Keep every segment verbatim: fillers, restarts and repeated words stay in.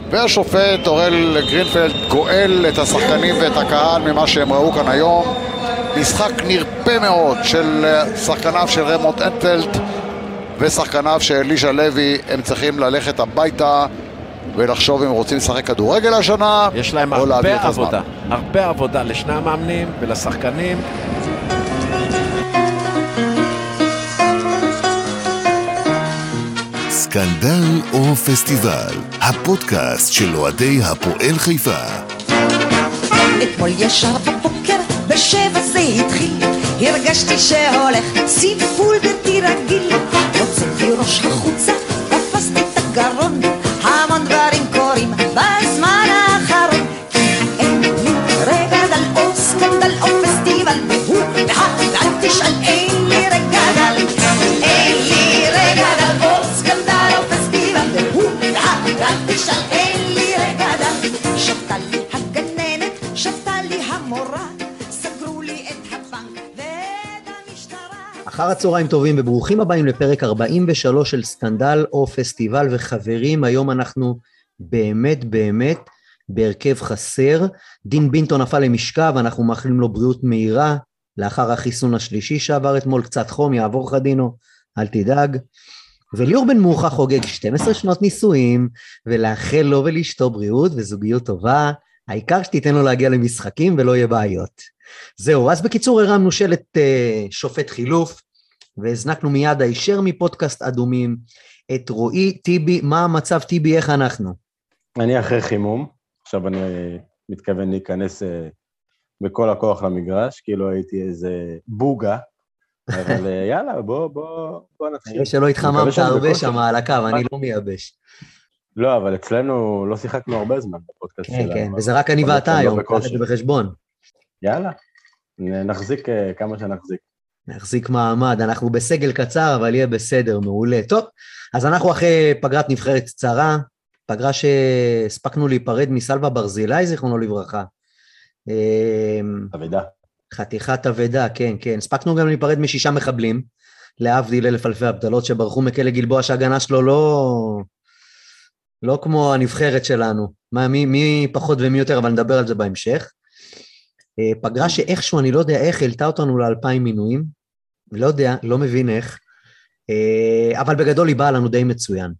והשופט אורל גרינפלד גואל את השחקנים ואת הקהל ממה שהם ראו כאן היום. משחק נרפה מאוד של שחקניו של רמונט אנטפלד ושחקניו של אלישע לוי. הם צריכים ללכת הביתה ולחשוב אם רוצים לשחק כדורגל השנה. יש להם הרבה עבודה, הרבה עבודה לשני המאמנים ולשחקנים. סקנדל או פסטיבל, הפודקאסט של אוהדי הפועל חיפה. אתמול ישר בבוקר בשבע זה התחיל, הרגשתי שהולך סיפול בלתי רגיל. הוצאתי ראש החוצה, תפסתי את הגרון, המון דברים קורים בזמן האחרון. אין לי רגע או סקנדל או פסטיבל, והוא ואל ואל תשאל, אין לי רגע דל, אין לי רגע דל או סקנדל או פסטיבל, והוא ואל ואל תשאל, אין לי רגע דל. שבתה לי הגננת, שבתה לי המורה, סגרו לי את הבנק ואת המשטרה. אחר הצהריים טובים וברוכים הבאים לפרק ארבעים ושלוש של סקנדל או פסטיבל. וחברים, היום אנחנו באמת באמת בהרכב חסר. דין בינטו נפל למשכב, אנחנו מאחלים לו בריאות מהירה לאחר החיסון השלישי שעבר אתמול. קצת חום, יעבור חדינו, אל תדאג. וליאור בן מוחה חוגג שתים עשרה שנות נישואים, ולאחל לו ולאשתו בריאות וזוגיות טובה, העיקר שתיתן לו להגיע למשחקים ולא יהיה בעיות. זהו, אז בקיצור הרמנו שלט uh, שופט חילוף, והזנקנו מיד הישר מפודקאסט אדומים את רועי טיבי. מה המצב טיבי, איך אנחנו? אני אחרי חימום, עכשיו אני מתכוון להיכנס uh, בכל הכוח למגרש, כאילו הייתי איזה בוגה, אבל יאללה, בוא, בוא, בוא נתחיל. נראה שלא התחממת הרבה שם על הקו, אני לא מייבש. לא, אבל אצלנו לא שיחקנו הרבה זמן בפודקאסט שלנו. כן, כן, וזה רק אני ואתה היום, קח את זה בחשבון. יאללה, נחזיק כמה שנחזיק. נחזיק מעמד, אנחנו בסגל קצר, אבל יהיה בסדר, מעולה. טוב, אז אנחנו אחרי פגרת נבחרת קצרה, פגרה שהספקנו להיפרד מסלווה ברזילי, זיכרונו לברכה. אבדה. חתיכת אבדה, כן, כן. הספקנו גם להיפרד משישה מחבלים, להבדיל אלף אלפי הבדלות שברחו מכלא גלבוע, שההגנה שלו לא, לא כמו הנבחרת שלנו. מה, מי, מי פחות ומי יותר, אבל נדבר על זה בהמשך. פגרה שאיכשהו, אני לא יודע איך, העלתה אותנו לאלפיים מינויים, לא יודע, לא מבין איך, אבל בגדול היא באה לנו די מצוין.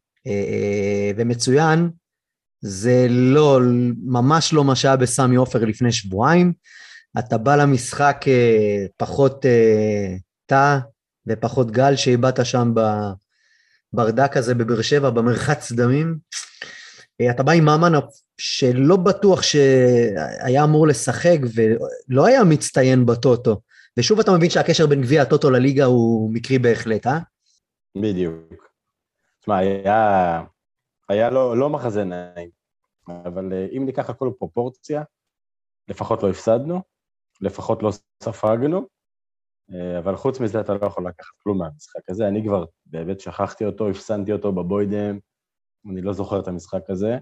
ומצוין, זה לא, ממש לא מה שהיה בסמי עופר לפני שבועיים. אתה בא למשחק פחות תא ופחות גל שהבאת שם בברדק הזה בבאר שבע, במרחץ דמים. אתה בא עם מאמן שלא בטוח שהיה אמור לשחק ולא היה מצטיין בטוטו. ושוב אתה מבין שהקשר בין גביע הטוטו לליגה הוא מקרי בהחלט, אה? בדיוק. תשמע, היה, היה לא, לא מחזה נעים, אבל אם ניקח הכל פרופורציה, לפחות לא הפסדנו, לפחות לא ספגנו, אבל חוץ מזה אתה לא יכול לקחת כלום מהמשחק הזה. אני כבר באמת שכחתי אותו, הפסנתי אותו בבוידם, אני לא זוכר את המשחק הזה,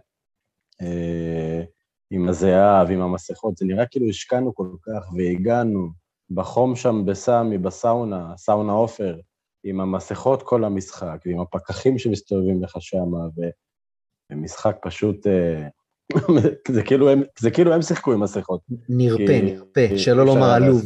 עם הזהב, עם המסכות, זה נראה כאילו השקענו כל כך, והגענו בחום שם בסמי, בסאונה, סאונה עופר, עם המסכות כל המשחק, ועם הפקחים שמסתובבים לך שם, ומשחק פשוט... זה כאילו הם, זה כאילו הם שיחקו עם מסכות. נרפה, נרפה, שלא לומר עלוב.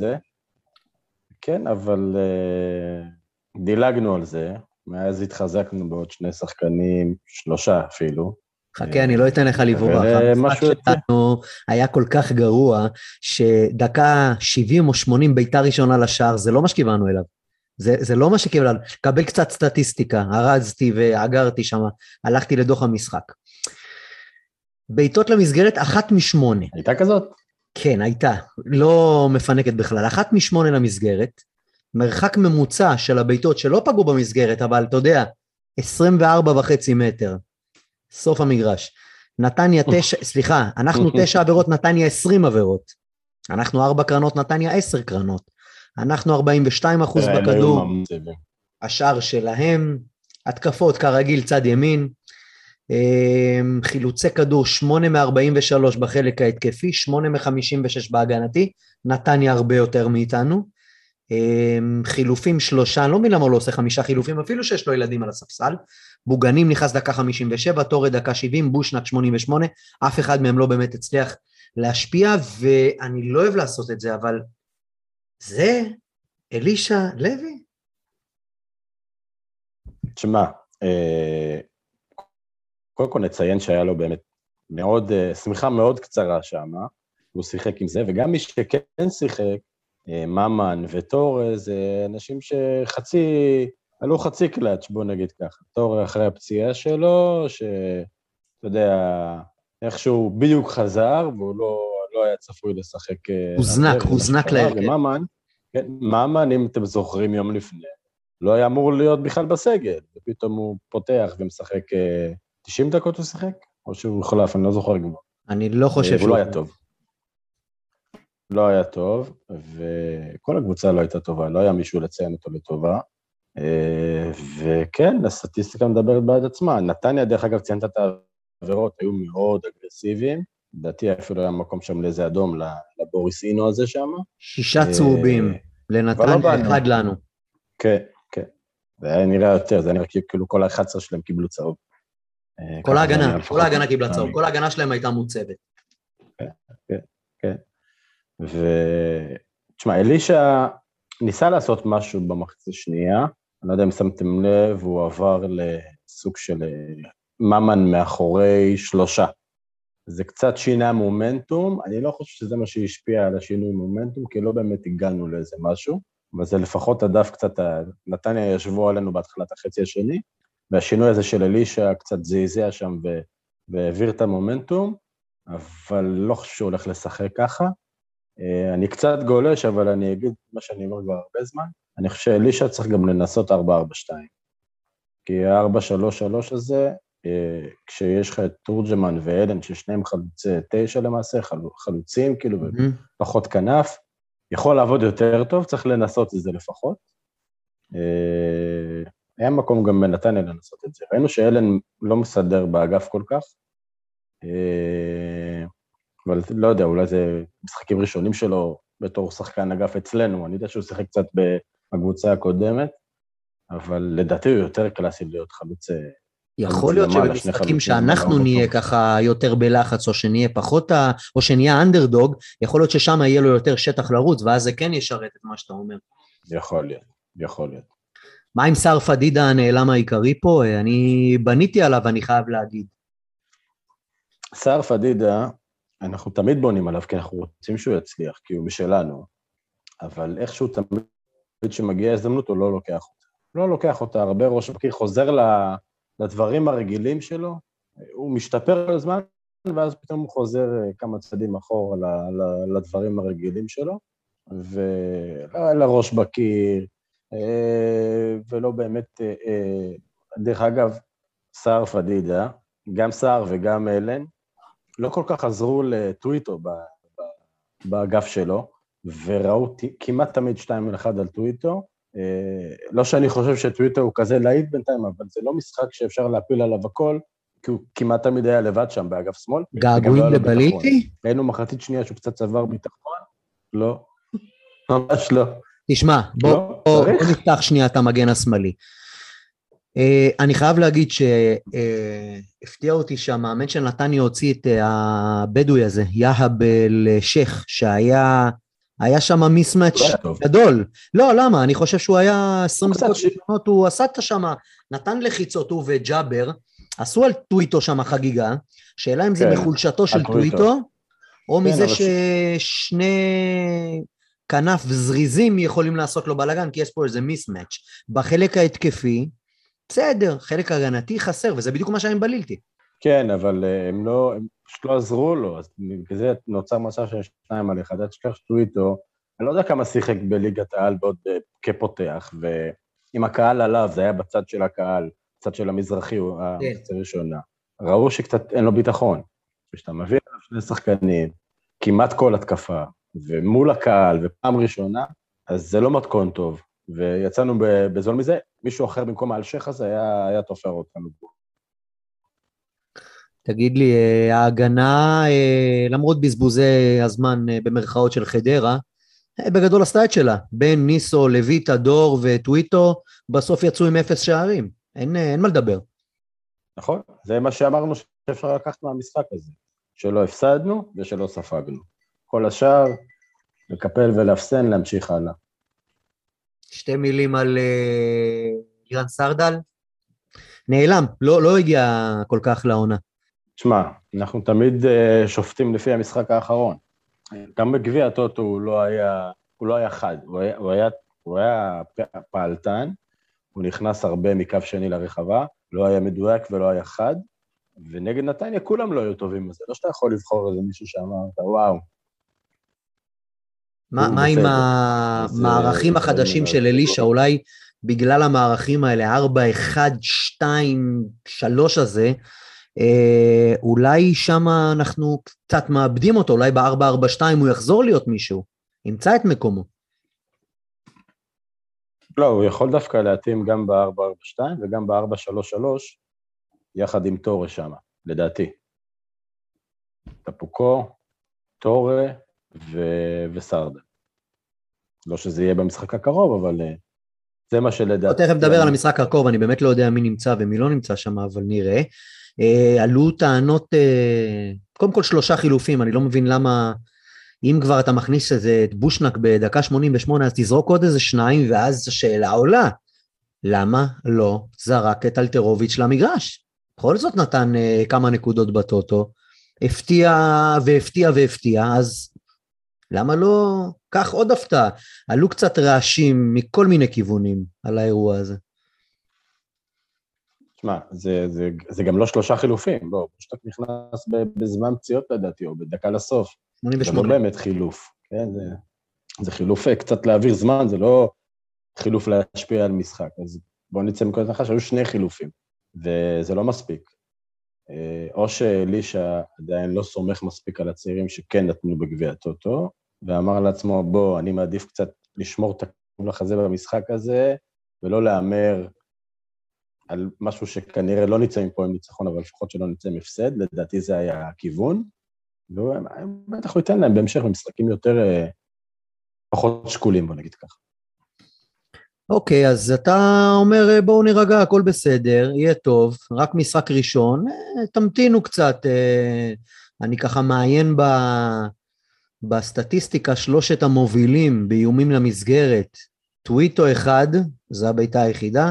כן, אבל דילגנו על זה, מאז התחזקנו בעוד שני שחקנים, שלושה אפילו. חכה, אני לא אתן לך לברוח. המשחק שלנו היה כל כך גרוע, שדקה שבעים או שמונים ביתה ראשונה לשער, זה לא מה שקיבלנו אליו. זה, זה לא מה שקיבלנו. קבל קצת סטטיסטיקה, הרזתי ואגרתי שם, הלכתי לדוח המשחק. ביתות למסגרת אחת משמונה. הייתה כזאת? כן, הייתה. לא מפנקת בכלל. אחת משמונה למסגרת, מרחק ממוצע של הביתות שלא פגעו במסגרת, אבל אתה יודע, עשרים וארבע וחצי מטר. סוף המגרש. נתניה תשע, סליחה, אנחנו תשע עבירות, נתניה עשרים עבירות. אנחנו ארבע קרנות, נתניה עשר קרנות. אנחנו ארבעים ושתיים אחוז בכדור. השאר שלהם, התקפות כרגיל צד ימין, חילוצי כדור שמונה מ-ארבעים ושלוש בחלק ההתקפי, שמונה מ-חמישים ושש בהגנתי, נתניה הרבה יותר מאיתנו, חילופים שלושה, אני לא מבין למה הוא לא עושה חמישה חילופים, אפילו שיש לו ילדים על הספסל, בוגנים נכנס דקה חמישים ושבע, תורי דקה שבעים, בושנק שמונים ושמונה, אף אחד מהם לא באמת הצליח להשפיע, ואני לא אוהב לעשות את זה, אבל זה אלישע לוי? תשמע, קודם כל נציין שהיה לו באמת מאוד, שמחה מאוד קצרה שם, הוא שיחק עם זה, וגם מי שכן שיחק, ממן וטורי, זה אנשים שחצי, עלו חצי קלאץ', בוא נגיד ככה. טורי אחרי הפציעה שלו, שאתה יודע, איכשהו בדיוק חזר, והוא לא, לא היה צפוי לשחק. הוזנק, הוזנק להרכב. וממן, כן, ממן, אם אתם זוכרים יום לפני, לא היה אמור להיות בכלל בסגל, ופתאום הוא פותח ומשחק תשעים דקות הוא שיחק, או שהוא חלף, אני לא זוכר כבר. אני לא חושב שהוא... הוא לא היה טוב. לא היה טוב, וכל הקבוצה לא הייתה טובה, לא היה מישהו לציין אותו לטובה, וכן, הסטטיסטיקה מדברת בעד עצמה. נתניה, דרך אגב, ציינת את העבירות, היו מאוד אגרסיביים, לדעתי אפילו היה מקום שם לאיזה אדום, לבוריס אינו הזה שם. שישה צהובים, לנתניה, אחד לנו. כן, כן. זה היה נראה יותר, זה היה נראה כאילו כל ה-אחד עשר שלהם קיבלו צהוב. כל ההגנה, כל ההגנה קיבלה צהוב, כל ההגנה שלהם הייתה מוצבת. כן, כן, כן. ותשמע, אלישע ניסה לעשות משהו במחצית שנייה, אני לא יודע אם שמתם לב, הוא עבר לסוג של ממן מאחורי שלושה. זה קצת שינה מומנטום, אני לא חושב שזה מה שהשפיע על השינוי מומנטום, כי לא באמת הגענו לאיזה משהו, אבל זה לפחות הדף קצת, נתניה ישבו עלינו בהתחלת החצי השני, והשינוי הזה של אלישע קצת זעזע שם והעביר את המומנטום, אבל לא חושב שהוא הולך לשחק ככה. אני קצת גולש, אבל אני אגיד מה שאני אומר כבר הרבה זמן, אני חושב שאלישע צריך גם לנסות ארבע ארבע שתיים, כי ה-ארבע שלוש שלוש הזה, כשיש לך את תורג'מן ואלן, ששניהם חלוצי תשע למעשה, חלוצים, כאילו, פחות כנף, יכול לעבוד יותר טוב, צריך לנסות את זה לפחות. היה מקום גם בנתניה לנסות את זה. ראינו שאלן לא מסדר באגף כל כך, אבל לא יודע, אולי זה משחקים ראשונים שלו בתור שחקן אגף אצלנו, אני יודע שהוא שיחק קצת בקבוצה הקודמת, אבל לדעתי הוא יותר קלאסי להיות חלוץ. יכול להיות שבמשחקים שאנחנו נהיה ככה יותר בלחץ, או שנהיה פחות, או שנהיה אנדרדוג, יכול להיות ששם יהיה לו יותר שטח לרוץ, ואז זה כן ישרת את מה שאתה אומר. יכול להיות, יכול להיות. מה עם שר פדידה הנעלם העיקרי פה? אני בניתי עליו, אני חייב להגיד. שר פדידה, אנחנו תמיד בונים עליו, כי אנחנו רוצים שהוא יצליח, כי הוא משלנו, אבל איכשהו תמיד שמגיע הזדמנות, הוא לא לוקח אותה. לא לוקח אותה, הרבה ראש בקיר חוזר לדברים הרגילים שלו, הוא משתפר על הזמן, ואז פתאום הוא חוזר כמה צעדים אחורה לדברים הרגילים שלו, ולראש בקיר, ולא באמת, דרך אגב, שר פדידה, גם שר וגם אלן, לא כל כך עזרו לטוויטו באגף שלו, וראו כמעט תמיד שתיים על אחד על טוויטו, לא שאני חושב שטוויטו הוא כזה להיט בינתיים, אבל זה לא משחק שאפשר להפיל עליו הכל, כי הוא כמעט תמיד היה לבד שם באגף שמאל. געגועים לבליטי? ראינו מחצית שנייה שהוא קצת צבר ביטחון, לא, ממש לא. תשמע, בוא נפתח שנייה את המגן השמאלי. אני חייב להגיד שהפתיע אותי שהמאמן של נתניה הוציא את הבדואי הזה, יהב אל-שייח, שהיה היה שם מיסמץ' גדול. לא, למה? אני חושב שהוא היה עשרים דקות ראשונות, הוא עשה את שם, נתן לחיצות, הוא וג'אבר, עשו על טוויטו שם חגיגה, שאלה אם זה מחולשתו של טוויטו, או מזה ששני כנף זריזים יכולים לעשות לו בלגן, כי יש פה איזה מיסמץ'. בחלק ההתקפי, בסדר, חלק הגנתי חסר, וזה בדיוק מה שהם בלילתי. כן, אבל הם לא, הם פשוט לא עזרו לו, אז כזה נוצר מצב של שניים על אחד, עד שכך שטוויטו, אני לא יודע כמה שיחק בליגת העל בעוד כפותח, ועם הקהל עליו, זה היה בצד של הקהל, בצד של המזרחי, המחצה ראשונה, ראו שקצת אין לו ביטחון, ושאתה מביא עליו שני שחקנים, כמעט כל התקפה, ומול הקהל, ופעם ראשונה, אז זה לא מתכון טוב, ויצאנו בזול מזה, מישהו אחר במקום האלשייך הזה היה, היה תופר אותנו בו. תגיד לי, ההגנה, למרות בזבוזי הזמן במרכאות של חדרה, בגדול עשתה את שלה, בין ניסו, לויטה, דור וטוויטו, בסוף יצאו עם אפס שערים, אין, אין מה לדבר. נכון, זה מה שאמרנו שאפשר לקחת מהמשחק הזה, שלא הפסדנו ושלא ספגנו. כל השאר, לקפל ולאפסן, להמשיך הלאה. שתי מילים על לירן סרדל, נעלם, לא, לא הגיע כל כך לעונה. תשמע, אנחנו תמיד uh, שופטים לפי המשחק האחרון. גם בגביע הטוטו הוא לא היה, הוא לא היה חד, הוא היה, הוא היה, הוא היה פעלתן, הוא נכנס הרבה מקו שני לרחבה, לא היה מדויק ולא היה חד, ונגד נתניה כולם לא היו טובים, אז זה לא שאתה יכול לבחור איזה מישהו שאמרת, וואו. מה, מה עם המערכים החדשים של אלישה, אולי בגלל המערכים האלה, ארבע, אחד, שתיים, שלוש הזה, אה, אולי שם אנחנו קצת מאבדים אותו, אולי ב-ארבע ארבע שתיים הוא יחזור להיות מישהו, ימצא את מקומו. לא, הוא יכול דווקא להתאים גם ב-ארבע ארבע שתיים וגם ב-ארבע שלוש שלוש, יחד עם טורה שם, לדעתי. טפוקו, טורה ו- וסרדה. לא שזה יהיה במשחק הקרוב, אבל זה מה שלדעתי. תכף נדבר על המשחק הקרוב, אני באמת לא יודע מי נמצא ומי לא נמצא שם, אבל נראה. עלו טענות, קודם כל שלושה חילופים, אני לא מבין למה, אם כבר אתה מכניס את בושנק בדקה שמונים ושמונה, אז תזרוק עוד איזה שניים, ואז השאלה עולה, למה לא זרק את אלטרוביץ' למגרש? בכל זאת נתן כמה נקודות בטוטו, הפתיע והפתיע והפתיע, אז למה לא, כך עוד הפתעה, עלו קצת רעשים מכל מיני כיוונים על האירוע הזה. תשמע, זה, זה, זה גם לא שלושה חילופים, בוא, פשוט נכנס בזמן פציעות לדעתי, או בדקה לסוף. שמונים ושמונה. זה לא באמת חילוף, כן? זה, זה חילוף קצת להעביר זמן, זה לא חילוף להשפיע על משחק. אז בואו נצא מכל כך שהיו שני חילופים, וזה לא מספיק. או שאלישה עדיין לא סומך מספיק על הצעירים שכן נתנו בגביע הטוטו, ואמר לעצמו, בוא, אני מעדיף קצת לשמור את הכוח הזה במשחק הזה, ולא לאמר על משהו שכנראה לא נצא מפה עם ניצחון, אבל לפחות שלא נצא עם הפסד, לדעתי זה היה הכיוון, ובטח הוא ייתן להם בהמשך במשחקים יותר, פחות שקולים, בוא נגיד ככה. אוקיי, אז אתה אומר, בואו נרגע, הכל בסדר, יהיה טוב, רק משחק ראשון, תמתינו קצת, אני ככה מעיין ב... בסטטיסטיקה, שלושת המובילים באיומים למסגרת, טוויטו אחד, זו הביתה היחידה,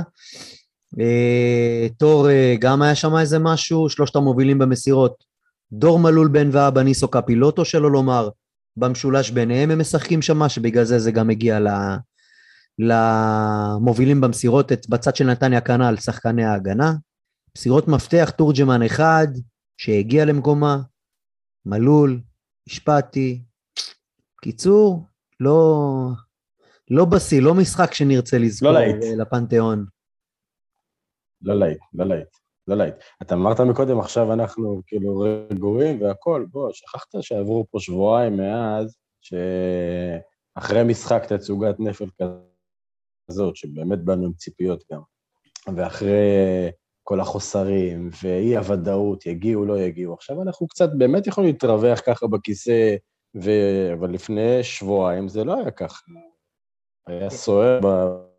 תור גם היה שם איזה משהו, שלושת המובילים במסירות, דור מלול בן ואבא ניסו קפילוטו שלו לומר, במשולש ביניהם הם משחקים שם, שבגלל זה זה גם הגיע ל... למובילים במסירות, את בצד של נתניה כנ"ל, שחקני ההגנה, מסירות מפתח, תורג'מן אחד, שהגיע למקומה, מלול, משפטי, קיצור, לא, לא בסי, לא משחק שנרצה לזכור לא לפנתיאון. לא להיט, לא להיט, לא להיט. אתה אמרת מקודם, עכשיו אנחנו כאילו רגועים והכל, בוא, שכחת שעברו פה שבועיים מאז, שאחרי משחק תצוגת נפל כזאת, שבאמת באנו עם ציפיות גם, ואחרי כל החוסרים, ואי הוודאות, יגיעו, לא יגיעו, עכשיו אנחנו קצת באמת יכולים להתרווח ככה בכיסא, ו... אבל לפני שבועיים זה לא היה ככה, היה סוער ב...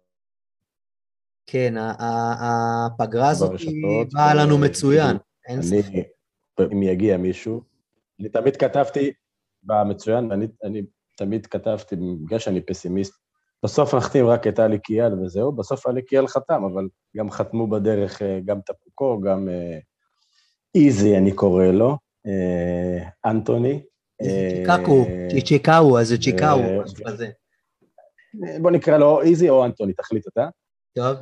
כן, הפגרה הזאת באה לנו מצוין. אני, אם יגיע מישהו, אני תמיד כתבתי במצוין, אני, אני תמיד כתבתי, בגלל שאני פסימיסט, בסוף נחתים רק את אלי קיאל וזהו, בסוף אלי קיאל חתם, אבל גם חתמו בדרך גם טפוקו, גם איזי אני קורא לו, אנטוני. צ'יקאקו, צ'יקאו, אז זה צ'יקאו, משהו כזה. בוא נקרא לו איזי או אנטוני, תחליט אתה. טוב.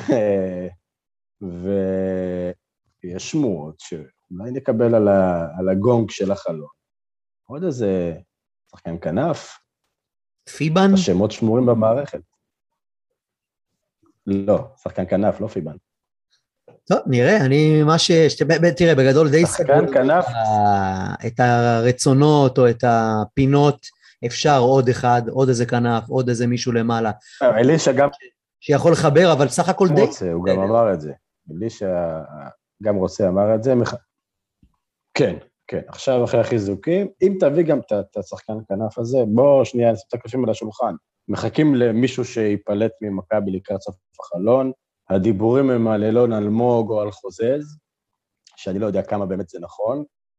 ויש שמועות שאולי נקבל על, ה, על הגונג של החלון. עוד איזה שחקן כנף. פיבן? השמות שמורים במערכת. לא, שחקן כנף, לא פיבן. טוב, נראה, אני מה ש... תראה, בגדול די שחקן כנף. את הרצונות או את הפינות, אפשר עוד אחד, עוד איזה כנף, עוד איזה מישהו למעלה. אלישה גם... שיכול לחבר, אבל סך הכל די... רוצה, הוא גם אמר את זה. אלישה גם רוצה אמר את זה. כן, כן, עכשיו אחרי החיזוקים, אם תביא גם את השחקן כנף הזה, בוא שנייה נשים את הקלפים על השולחן. מחכים למישהו שיפלט ממכבי לקראת סוף החלון, הדיבורים הם על אילון אלמוג או על חוזז, שאני לא יודע כמה באמת זה נכון,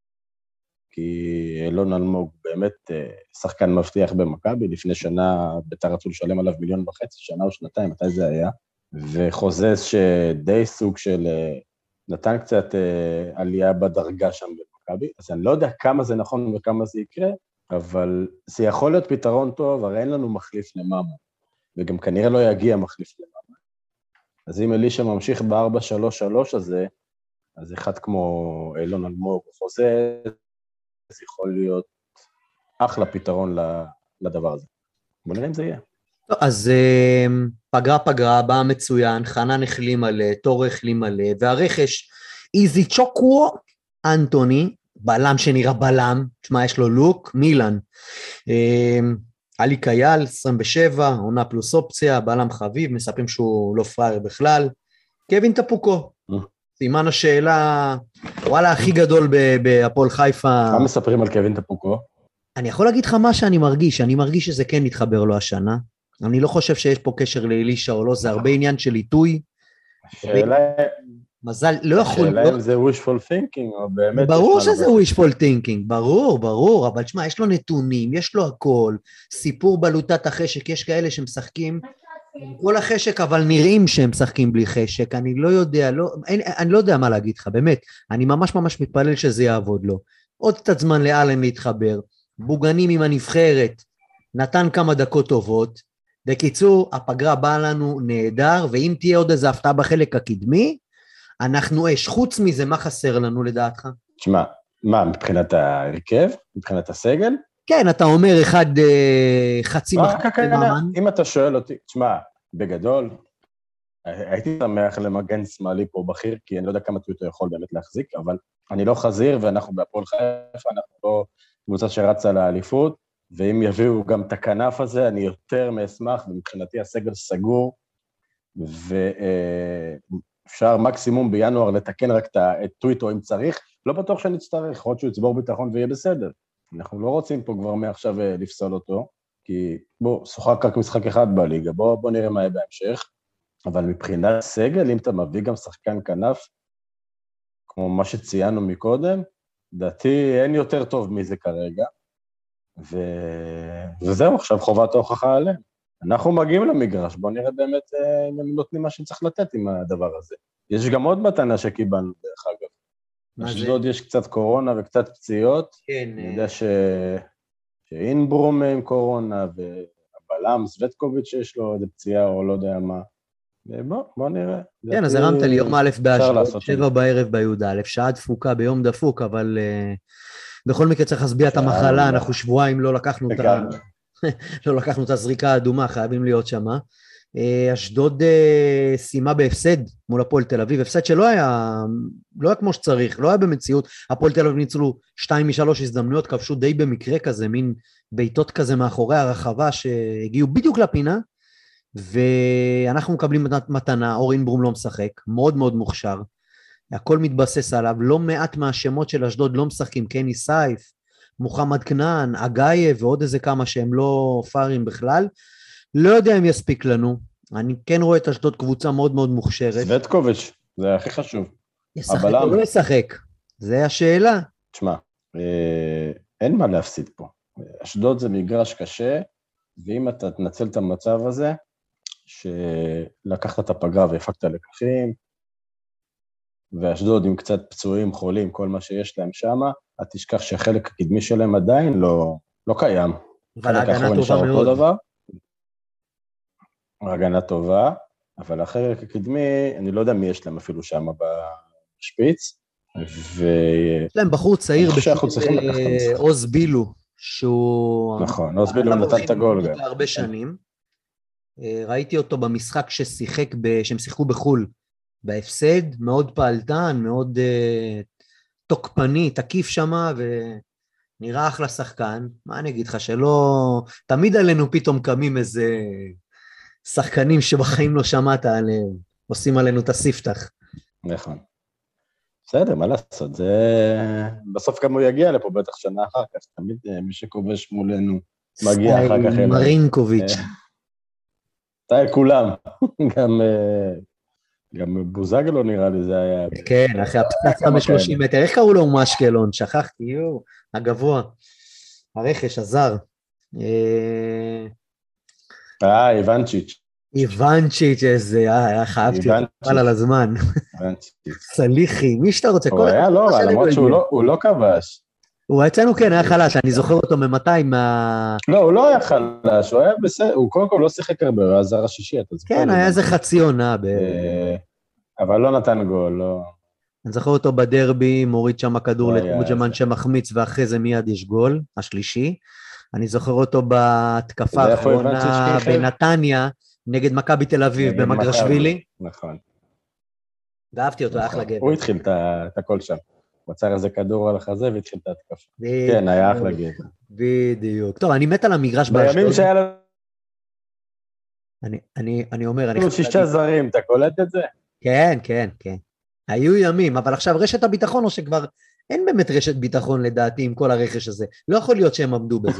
כי אילון אלמוג באמת שחקן מבטיח במכבי, לפני שנה בית"ר רצו לשלם עליו מיליון וחצי, שנה או שנתיים, מתי זה היה, וחוזז שדי סוג של נתן קצת עלייה בדרגה שם במכבי, אז אני לא יודע כמה זה נכון וכמה זה יקרה, אבל זה יכול להיות פתרון טוב, הרי אין לנו מחליף למאמו, וגם כנראה לא יגיע מחליף למאמו. אז אם אלישע ממשיך ב-ארבע שלוש שלוש הזה, אז אחד כמו אילון אלמוג או חוזז, זה יכול להיות אחלה פתרון לדבר הזה. בוא נראה אם זה יהיה. טוב, אז פגרה פגרה, באה מצוין, חנן החלים מלא, תור החלים מלא, והרכש איזי צ'וקוו, אנטוני, בלם שנראה בלם, תשמע, יש לו לוק, מילן. עלי קייל, עשרים ושבע, עונה פלוס אופציה, בלם חביב, מספרים שהוא לא פראייר בכלל. קווין טפוקו, סימן השאלה, וואלה, הכי גדול בהפועל חיפה. מה מספרים על קווין טפוקו? אני יכול להגיד לך מה שאני מרגיש, אני מרגיש שזה כן מתחבר לו השנה. אני לא חושב שיש פה קשר לאלישע או לא, זה הרבה עניין של עיתוי. השאלה... מזל, לא יכול... השאלה אם זה wishful thinking, או באמת... ברור שזה wishful thinking, ברור, ברור, אבל תשמע, יש לו נתונים, יש לו הכל, סיפור בלוטת החשק, יש כאלה שמשחקים, כל החשק, אבל נראים שהם משחקים בלי חשק, אני לא יודע, לא, אין, אני לא יודע מה להגיד לך, באמת, אני ממש ממש מתפלל שזה יעבוד לו. עוד קצת זמן לאלן להתחבר, בוגנים עם הנבחרת, נתן כמה דקות טובות, בקיצור, הפגרה באה לנו נהדר, ואם תהיה עוד איזה הפתעה בחלק הקדמי, אנחנו אש, חוץ מזה, מה חסר לנו לדעתך? תשמע, מה, מבחינת הרכב? מבחינת הסגל? כן, אתה אומר אחד חצי מחצית למאמן. אם אתה שואל אותי, תשמע, בגדול, הייתי שמח למגן שמאלי פה בכיר, כי אני לא יודע כמה טוויטר יכול באמת להחזיק, אבל אני לא חזיר, ואנחנו בהפועל חיפה, אנחנו לא קבוצה שרצה לאליפות, ואם יביאו גם את הכנף הזה, אני יותר מאשמח, ומבחינתי הסגל סגור, ואפשר מקסימום בינואר לתקן רק את טוויטר אם צריך, לא בטוח שנצטרך, יכול להיות שהוא יצבור ביטחון ויהיה בסדר. אנחנו לא רוצים פה כבר מעכשיו לפסול אותו, כי בוא, שוחק רק משחק אחד בליגה, בוא, בוא נראה מה יהיה בהמשך, אבל מבחינת סגל, אם אתה מביא גם שחקן כנף, כמו מה שציינו מקודם, דעתי אין יותר טוב מזה כרגע, ו... וזהו, עכשיו חובת ההוכחה עליהם. אנחנו מגיעים למגרש, בוא נראה באמת אם הם נותנים מה שצריך לתת עם הדבר הזה. יש גם עוד מתנה שקיבלנו, דרך אגב. אשדוד יש קצת קורונה וקצת פציעות, כן. אני יודע ש... שאינברום עם קורונה, והבלם סווטקוביץ' שיש לו איזה פציעה או לא יודע מה. בוא, בוא נראה. כן, אז הרמת לי יום א' באשדוד, שבע בערב ביהודה א', שעה דפוקה ביום דפוק, אבל בכל מקרה צריך להסביע את המחלה, אנחנו שבועיים לא לקחנו את ה... לא לקחנו את הזריקה האדומה, חייבים להיות שמה. אשדוד סיימה בהפסד מול הפועל תל אביב, הפסד שלא היה, לא היה כמו שצריך, לא היה במציאות, הפועל תל אביב ניצלו שתיים משלוש הזדמנויות, כבשו די במקרה כזה, מין ביתות כזה מאחורי הרחבה שהגיעו בדיוק לפינה, ואנחנו מקבלים מתנה, אורין ברום לא משחק, מאוד מאוד מוכשר, הכל מתבסס עליו, לא מעט מהשמות של אשדוד לא משחקים, קני סייף, מוחמד כנען, אגאיה ועוד איזה כמה שהם לא פארים בכלל, לא יודע אם יספיק לנו, אני כן רואה את אשדוד קבוצה מאוד מאוד מוכשרת. סווטקוביץ', זה הכי חשוב. ישחק או לא ישחק, זה השאלה. תשמע, אה, אין מה להפסיד פה. אשדוד זה מגרש קשה, ואם אתה תנצל את המצב הזה, שלקחת את הפגרה והפקת לקחים, ואשדוד עם קצת פצועים, חולים, כל מה שיש להם שם, את תשכח שהחלק הקדמי שלהם עדיין לא, לא קיים. אבל ההגנה טובה מאוד. דבר. הגנה טובה, אבל החלק הקדמי, אני לא יודע מי יש להם אפילו שם בשפיץ, ו... יש להם בחור צעיר בשביל עוז בילו, שהוא... נכון, עוז בילו נתן את הגול גם. הרבה שנים. ראיתי אותו במשחק ששיחק, שהם שיחקו בחול, בהפסד, מאוד פעלתן, מאוד תוקפני, תקיף שמה, ונראה אחלה שחקן. מה אני אגיד לך, שלא... תמיד עלינו פתאום קמים איזה... שחקנים שבחיים לא שמעת עליהם, עושים עלינו את הספתח. נכון. בסדר, מה לעשות, זה... בסוף גם הוא יגיע לפה, בטח שנה אחר כך, תמיד מי שכובש מולנו מגיע אחר כך אליו. מרינקוביץ'. סטייל כולם, גם... גם בוזגלו נראה לי זה היה... כן, אחרי הפצצה מ-שלושים מטר, איך קראו לו מאשקלון? שכחתי, יו, הגבוה, הרכש, הזר. אה, איוונצ'יץ'. איוונצ'יץ', איזה, אה, חייבתי אותו על על הזמן. סליחי, מי שאתה רוצה. הוא היה לא רע, למרות שהוא לא כבש. הוא אצלנו כן, היה חלש, אני זוכר אותו ממתי מה... לא, הוא לא היה חלש, הוא היה בסדר, הוא קודם כל לא שיחק הרבה, הוא היה זר השישי, אתה זוכר? כן, היה איזה חצי עונה. אבל לא נתן גול, לא... אני זוכר אותו בדרבי, מוריד שם הכדור לתורג'מן שמחמיץ, ואחרי זה מיד יש גול, השלישי. אני זוכר אותו בתקפה האחרונה בנתניה, נגד מכבי תל אביב, במגרשווילי. נכון. ואהבתי אותו, אחלה גבר. הוא התחיל את הכל שם. הוא עצר איזה כדור על החזה והתחיל את ההתקפה. כן, היה אחלה גבר. בדיוק. טוב, אני מת על המגרש באשדוד. בימים שהיה לנו... אני אומר... היו שישה זרים, אתה קולט את זה? כן, כן, כן. היו ימים, אבל עכשיו רשת הביטחון, או שכבר אין באמת רשת ביטחון לדעתי עם כל הרכש הזה. לא יכול להיות שהם עמדו בזה.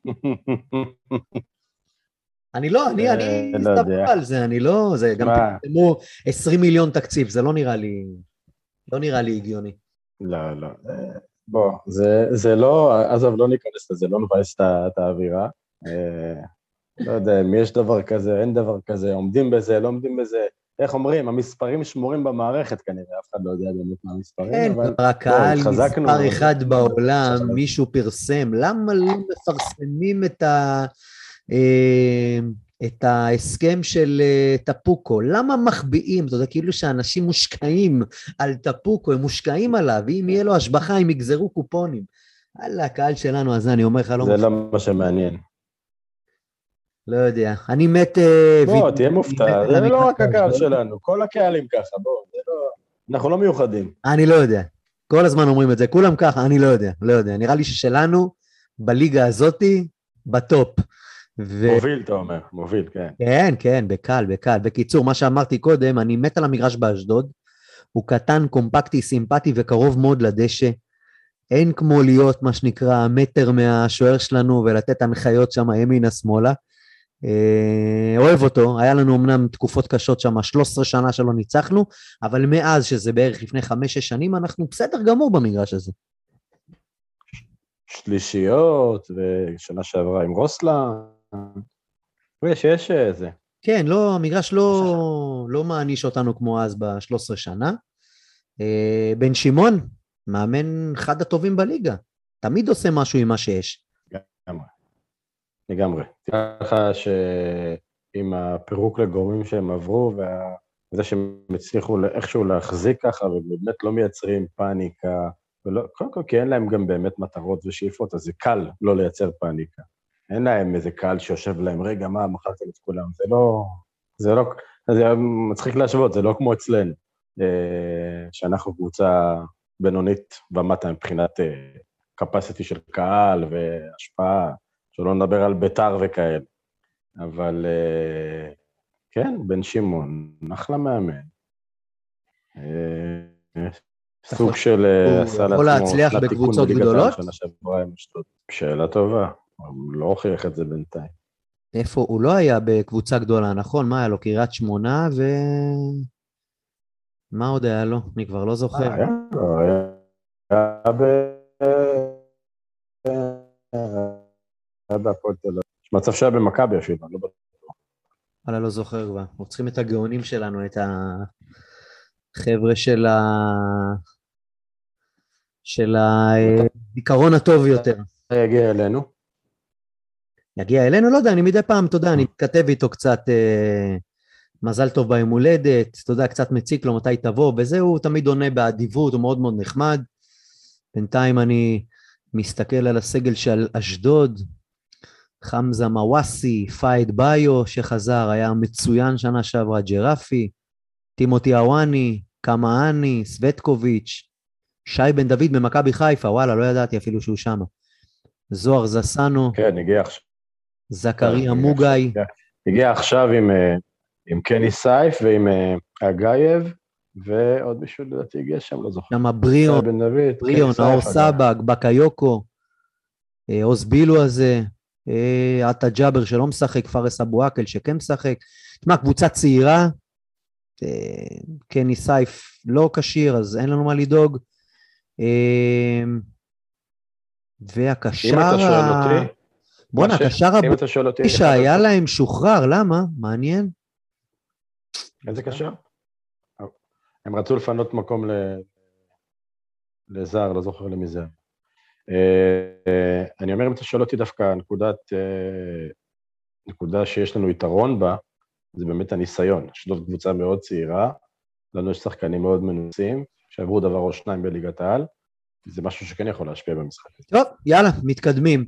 אני לא, אני, אני מסתבר על זה, אני לא, זה גם תקדמו עשרים מיליון תקציב, זה לא נראה לי, לא נראה לי הגיוני. לא, לא, בוא, זה, זה לא, עזוב, לא ניכנס לזה, לא מבאס את האווירה, לא יודע, אם יש דבר כזה, אין דבר כזה, עומדים בזה, לא עומדים בזה, איך אומרים, המספרים שמורים במערכת כנראה, אף אחד לא יודע באמת מה המספרים, כן, אבל... הקהל מספר אחד בעולם, מישהו פרסם, למה לא מפרסמים את ה... את ההסכם של טפוקו, למה מחביאים? אתה יודע, כאילו שאנשים מושקעים על טפוקו, הם מושקעים עליו, ואם יהיה לו השבחה, הם יגזרו קופונים. הלאה, הקהל שלנו הזה, אני אומר לך, לא... זה לא מה שמעניין. לא יודע, אני מת... בוא, תהיה מופתע, זה לא רק הקהל שלנו, כל הקהלים ככה, בוא, אנחנו לא מיוחדים. אני לא יודע, כל הזמן אומרים את זה, כולם ככה, אני לא יודע, לא יודע, נראה לי ששלנו, בליגה הזאת, בטופ. מוביל, אתה אומר, מוביל, כן. כן, כן, בקל, בקל. בקיצור, מה שאמרתי קודם, אני מת על המגרש באשדוד, הוא קטן, קומפקטי, סימפטי וקרוב מאוד לדשא. אין כמו להיות, מה שנקרא, מטר מהשוער שלנו ולתת הנחיות שם ימינה שמאלה. אוהב אותו, היה לנו אמנם תקופות קשות שם, שלוש עשרה שנה שלא ניצחנו, אבל מאז שזה בערך לפני חמש שש שנים, אנחנו בסדר גמור במגרש הזה. שלישיות, ושנה שעברה עם רוסלה, יש, יש איזה. כן, לא, המגרש לא, לא מעניש אותנו כמו אז ב-שלוש עשרה שנה. בן שמעון, מאמן אחד הטובים בליגה, תמיד עושה משהו עם מה שיש. לגמרי, לגמרי. ככה שעם הפירוק לגורמים שהם עברו, וזה שהם הצליחו איכשהו להחזיק ככה, ובאמת לא מייצרים פאניקה, ולא, קודם כל, כי אין להם גם באמת מטרות ושאיפות, אז זה קל לא לייצר פאניקה. אין להם איזה קהל שיושב להם, רגע, מה, מחרתם את כולם? זה לא, זה לא, זה מצחיק להשוות, זה לא כמו אצלנו, שאנחנו קבוצה בינונית ומטה מבחינת capacity של קהל והשפעה, שלא נדבר על ביתר וכאלה. אבל כן, בן שמעון, אחלה מאמן. סוג של עשה לעצמו, יכול להצליח בקבוצות גדולות? שאלה טובה. הוא לא הוכיח את זה בינתיים. איפה? הוא לא היה בקבוצה גדולה, נכון? מה היה לו? קריית שמונה ו... מה עוד היה לו? אני כבר לא זוכר. היה לו, היה ב... היה בהפועל תל אביב. יש מצב שהיה במכבי אפילו, אני לא בטוח. אני לא זוכר כבר. אנחנו צריכים את הגאונים שלנו, את החבר'ה של ה... של הזיכרון הטוב יותר. יגיע אלינו. יגיע אלינו, לא יודע, אני מדי פעם, אתה יודע, אני מתכתב איתו קצת אה, מזל טוב ביום הולדת, אתה יודע, קצת מציק לו מתי תבוא, וזהו, הוא תמיד עונה באדיבות, הוא מאוד מאוד נחמד. בינתיים אני מסתכל על הסגל של אשדוד, חמזה מוואסי, פייד ביו שחזר, היה מצוין שנה שעברה, ג'רפי, טימותי אוואני, קמאני, סווטקוביץ', שי בן דוד במכבי חיפה, וואלה, לא ידעתי אפילו שהוא שם. זוהר זסנו. כן, הגיע עכשיו. זכריה מוגאי. הגיע עכשיו עם, עם קני סייף ועם אגייב, ועוד מישהו לדעתי הגיע שם, לא זוכר. שם בריאון, בריאון, נאור סבג, בקיוקו, עוז בילו הזה, עטה ג'אבר שלא משחק, פארס אבו עקל שכן משחק. תשמע, קבוצה צעירה, קני סייף לא קשיר, אז אין לנו מה לדאוג. והקשר... אם אתה שואל אותי... בוא'נה, הקשר הבא שהיה להם שוחרר, למה? מעניין. איזה קשר? הם רצו לפנות מקום לזר, לא זוכר למי זה. אני אומר, אם אתה שואל אותי דווקא, נקודה שיש לנו יתרון בה, זה באמת הניסיון. אשדוד קבוצה מאוד צעירה, לנו יש שחקנים מאוד מנוסים, שעברו דבר או שניים בליגת העל, זה משהו שכן יכול להשפיע במשחק. טוב, יאללה, מתקדמים.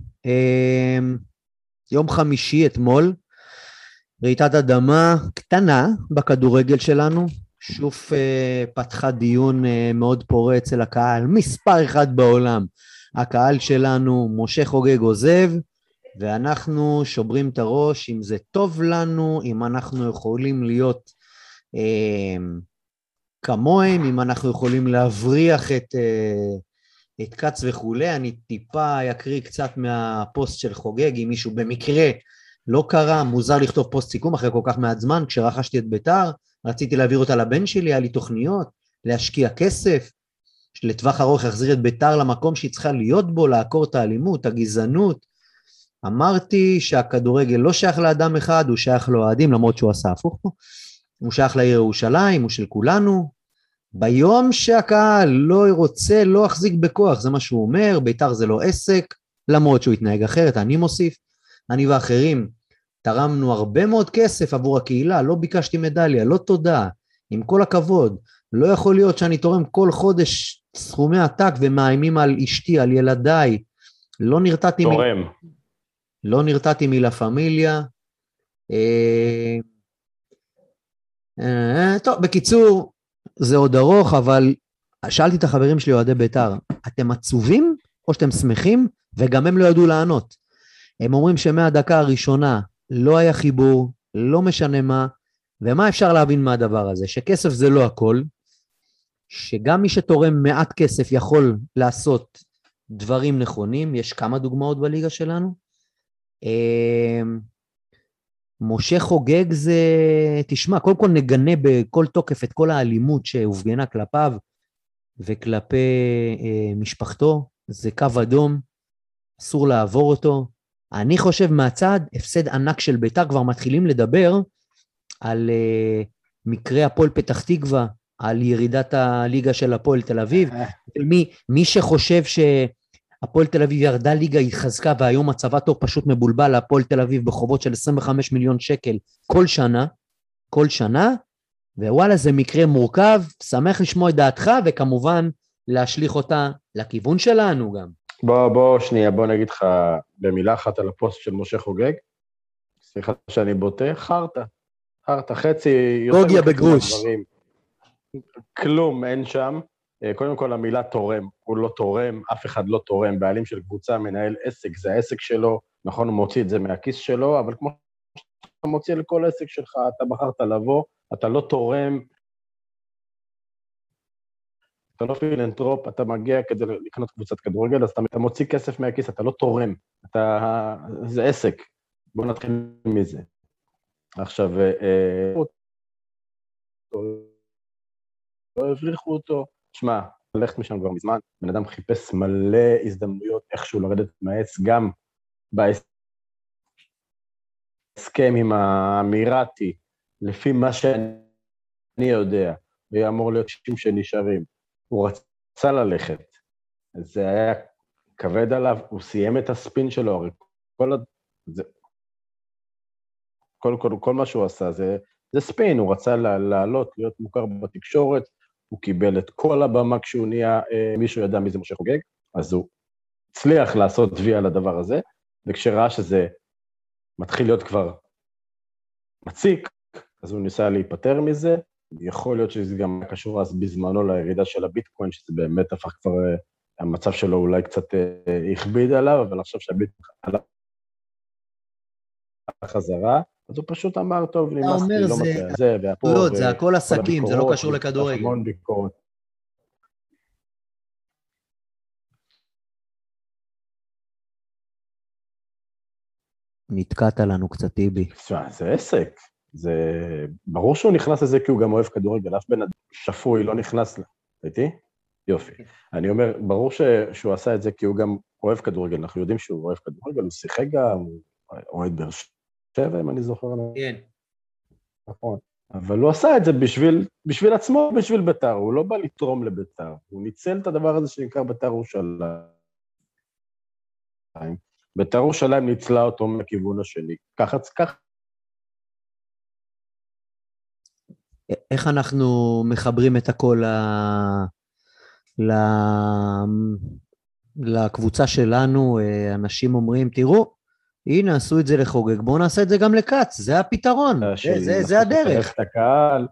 יום חמישי אתמול, רעידת אדמה קטנה בכדורגל שלנו, שוב פתחה דיון מאוד פורה אצל הקהל, מספר אחד בעולם. הקהל שלנו, משה חוגג עוזב, ואנחנו שוברים את הראש, אם זה טוב לנו, אם אנחנו יכולים להיות אה, כמוהם, אם אנחנו יכולים להבריח את, אה, את קץ וכולי. אני טיפה אקריא קצת מהפוסט של חוגג, אם מישהו במקרה לא קרא, מוזר לכתוב פוסט סיכום אחרי כל כך מעט זמן, כשרכשתי את ביתר, רציתי להעביר אותה לבן שלי, היה לי תוכניות, להשקיע כסף, לטווח ארוך יחזיר את ביתר למקום שהיא צריכה להיות בו, לעקור את האלימות, הגזענות. אמרתי שהכדורגל לא שייך לאדם אחד, הוא שייך לאוהדים, למרות שהוא עשה הפוך פה. הוא שייך לעיר ירושלים, הוא של כולנו. ביום שהקהל לא רוצה, לא החזיק בכוח, זה מה שהוא אומר, ביתר זה לא עסק, למרות שהוא התנהג אחרת, אני מוסיף. אני ואחרים תרמנו הרבה מאוד כסף עבור הקהילה, לא ביקשתי מדליה, לא תודה, עם כל הכבוד. לא יכול להיות שאני תורם כל חודש סכומי עתק ומאיימים על אשתי, על ילדיי. לא נרתעתי תורם. מ... לא נרתעתי מלה פמיליה. אה... אה... טוב, בקיצור, זה עוד ארוך, אבל שאלתי את החברים שלי אוהדי ביתר, אתם עצובים או שאתם שמחים? וגם הם לא ידעו לענות. הם אומרים שמהדקה הראשונה לא היה חיבור, לא משנה מה, ומה אפשר להבין מהדבר הזה? שכסף זה לא הכל, שגם מי שתורם מעט כסף יכול לעשות דברים נכונים, יש כמה דוגמאות בליגה שלנו. משה חוגג זה, תשמע, קודם כל נגנה בכל תוקף את כל האלימות שהופגנה כלפיו, וכלפי משפחתו, זה קו אדום, אסור לעבור אותו. אני חושב מהצד, הפסד ענק של ביתר, כבר מתחילים לדבר על מקרה הפועל פתח תקווה, על ירידת הליגה של הפועל תל אביב. מי, מי שחושב שהפועל תל אביב ירדה ליגה, היא חזקה, והיום מצבה טוב פשוט מבולבל, הפועל תל אביב בחובות של עשרים וחמישה מיליון שקל כל שנה, כל שנה, ווואלה זה מקרה מורכב, שמח לשמוע את דעתך, וכמובן להשליך אותה לכיוון שלנו גם. בוא, בוא שנייה, בוא נגיד לך במילה אחת על הפוסט של משה חוגג, סליחה שאני בוטה, חרטה, חרטה, חצי, גוגיה בגרוש. כלום אין שם, קודם כל המילה תורם, הוא לא תורם, אף אחד לא תורם, בעלים של קבוצה, מנהל עסק, זה העסק שלו, נכון, הוא מוציא את זה מהכיס שלו, אבל כמו שאתה מוציא לכל עסק שלך, אתה בחרת לבוא, אתה לא תורם, אתה לא פילנטרופ, אתה מגיע כדי לקנות קבוצת כדורגל, אז אתה מוציא כסף מהכיס, אתה לא תורם, אתה, זה עסק, בוא נתחיל מזה. עכשיו, לא הבריחו אותו, תשמע, הלכת משם כבר מזמן, בן אדם חיפש מלא הזדמנויות איכשהו לרדת מהעץ, גם בהסכם עם האמירתי, לפי מה שאני יודע, היה אמור להיות שישים שנשארים, הוא רצה ללכת, זה היה כבד עליו, הוא סיים את הספין שלו, הרי כל, זה, כל, כל, כל מה שהוא עשה, זה, זה ספין, הוא רצה לעלות, להיות מוכר בתקשורת, הוא קיבל את כל הבמה כשהוא נהיה, אה, מישהו ידע מי זה משה חוגג, אז הוא הצליח לעשות דבי על הדבר הזה, וכשראה שזה מתחיל להיות כבר מציק, אז הוא ניסה להיפטר מזה, יכול להיות שזה גם קשור אז בזמנו לירידה של הביטקוין, שזה באמת הפך כבר, אה, המצב שלו אולי קצת אה, הכביד עליו, אבל עכשיו שהביטקוין עלה חזרה, אז הוא פשוט אמר, טוב, נמאס אומר, לי, לא זה- מצא, זה, והפה, לא, זה הכל עסקים, זה לא הביקורות, קשור לכדורגל. המון ביקורת. נתקעת לנו קצת, טיבי. תשמע, זה עסק. זה... ברור שהוא נכנס לזה כי הוא גם אוהב כדורגל, אף בן אדם שפוי לא נכנס לה. הייתי? יופי. אני אומר, ברור ש... שהוא עשה את זה כי הוא גם אוהב כדורגל, אנחנו יודעים שהוא אוהב כדורגל, הוא שיחק גם, הוא אוהד באר שבע, אם אני זוכר. כן. נכון. אבל הוא עשה את זה בשביל, בשביל עצמו, בשביל בית"ר, הוא לא בא לתרום לבית"ר, הוא ניצל את הדבר הזה שנקרא בית"ר ירושלים. בית"ר ירושלים ניצלה אותו מכיוון השני. ככה, ככה. איך אנחנו מחברים את הכל ל... ל... לקבוצה שלנו? אנשים אומרים, תראו, הנה, עשו את זה לחוגג, בואו נעשה את זה גם לקץ, זה הפתרון, זה, זה, זה הדרך. את הקהל.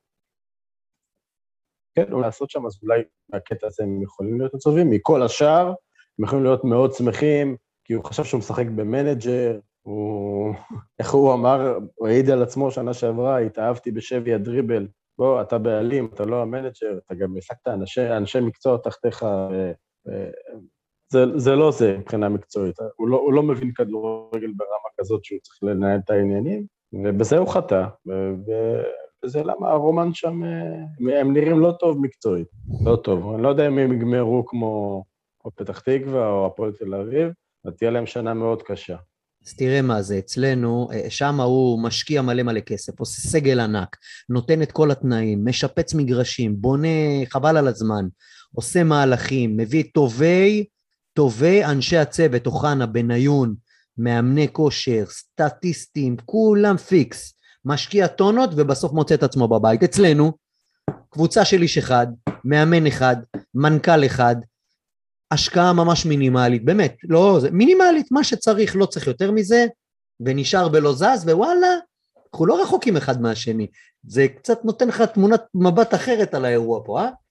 כן, או לעשות שם, אז אולי מהקטע הזה הם יכולים להיות מצובים, מכל השאר, הם יכולים להיות מאוד שמחים, כי הוא חשב שהוא משחק במנג'ר, הוא, איך הוא אמר, הוא העיד על עצמו שנה שעברה, התאהבתי בשבי הדריבל, בוא, אתה בעלים, אתה לא המנג'ר, אתה גם העסקת אנשי, אנשי מקצוע תחתיך, ו, ו, זה, זה לא זה מבחינה מקצועית, הוא לא, הוא לא מבין כדורגל ברמה כזאת שהוא צריך לנהל את העניינים, ובזה הוא חטא, וזה למה הרומן שם, הם נראים לא טוב מקצועית, לא טוב, אני לא יודע אם הם יגמרו כמו או פתח תקווה או הפועל תל אביב, ותהיה להם שנה מאוד קשה. אז תראה מה זה, אצלנו, שם הוא משקיע מלא מלא כסף, עושה סגל ענק, נותן את כל התנאים, משפץ מגרשים, בונה, חבל על הזמן, עושה מהלכים, מביא טובי, טובי אנשי הצוות, אוחנה, בניון, מאמני כושר, סטטיסטים, כולם פיקס, משקיע טונות ובסוף מוצא את עצמו בבית. אצלנו, קבוצה של איש אחד, מאמן אחד, מנכ"ל אחד, השקעה ממש מינימלית, באמת, לא, זה מינימלית, מה שצריך, לא צריך יותר מזה, ונשאר בלא זז, ווואלה, אנחנו לא רחוקים אחד מהשני. זה קצת נותן לך תמונת מבט אחרת על האירוע פה, אה?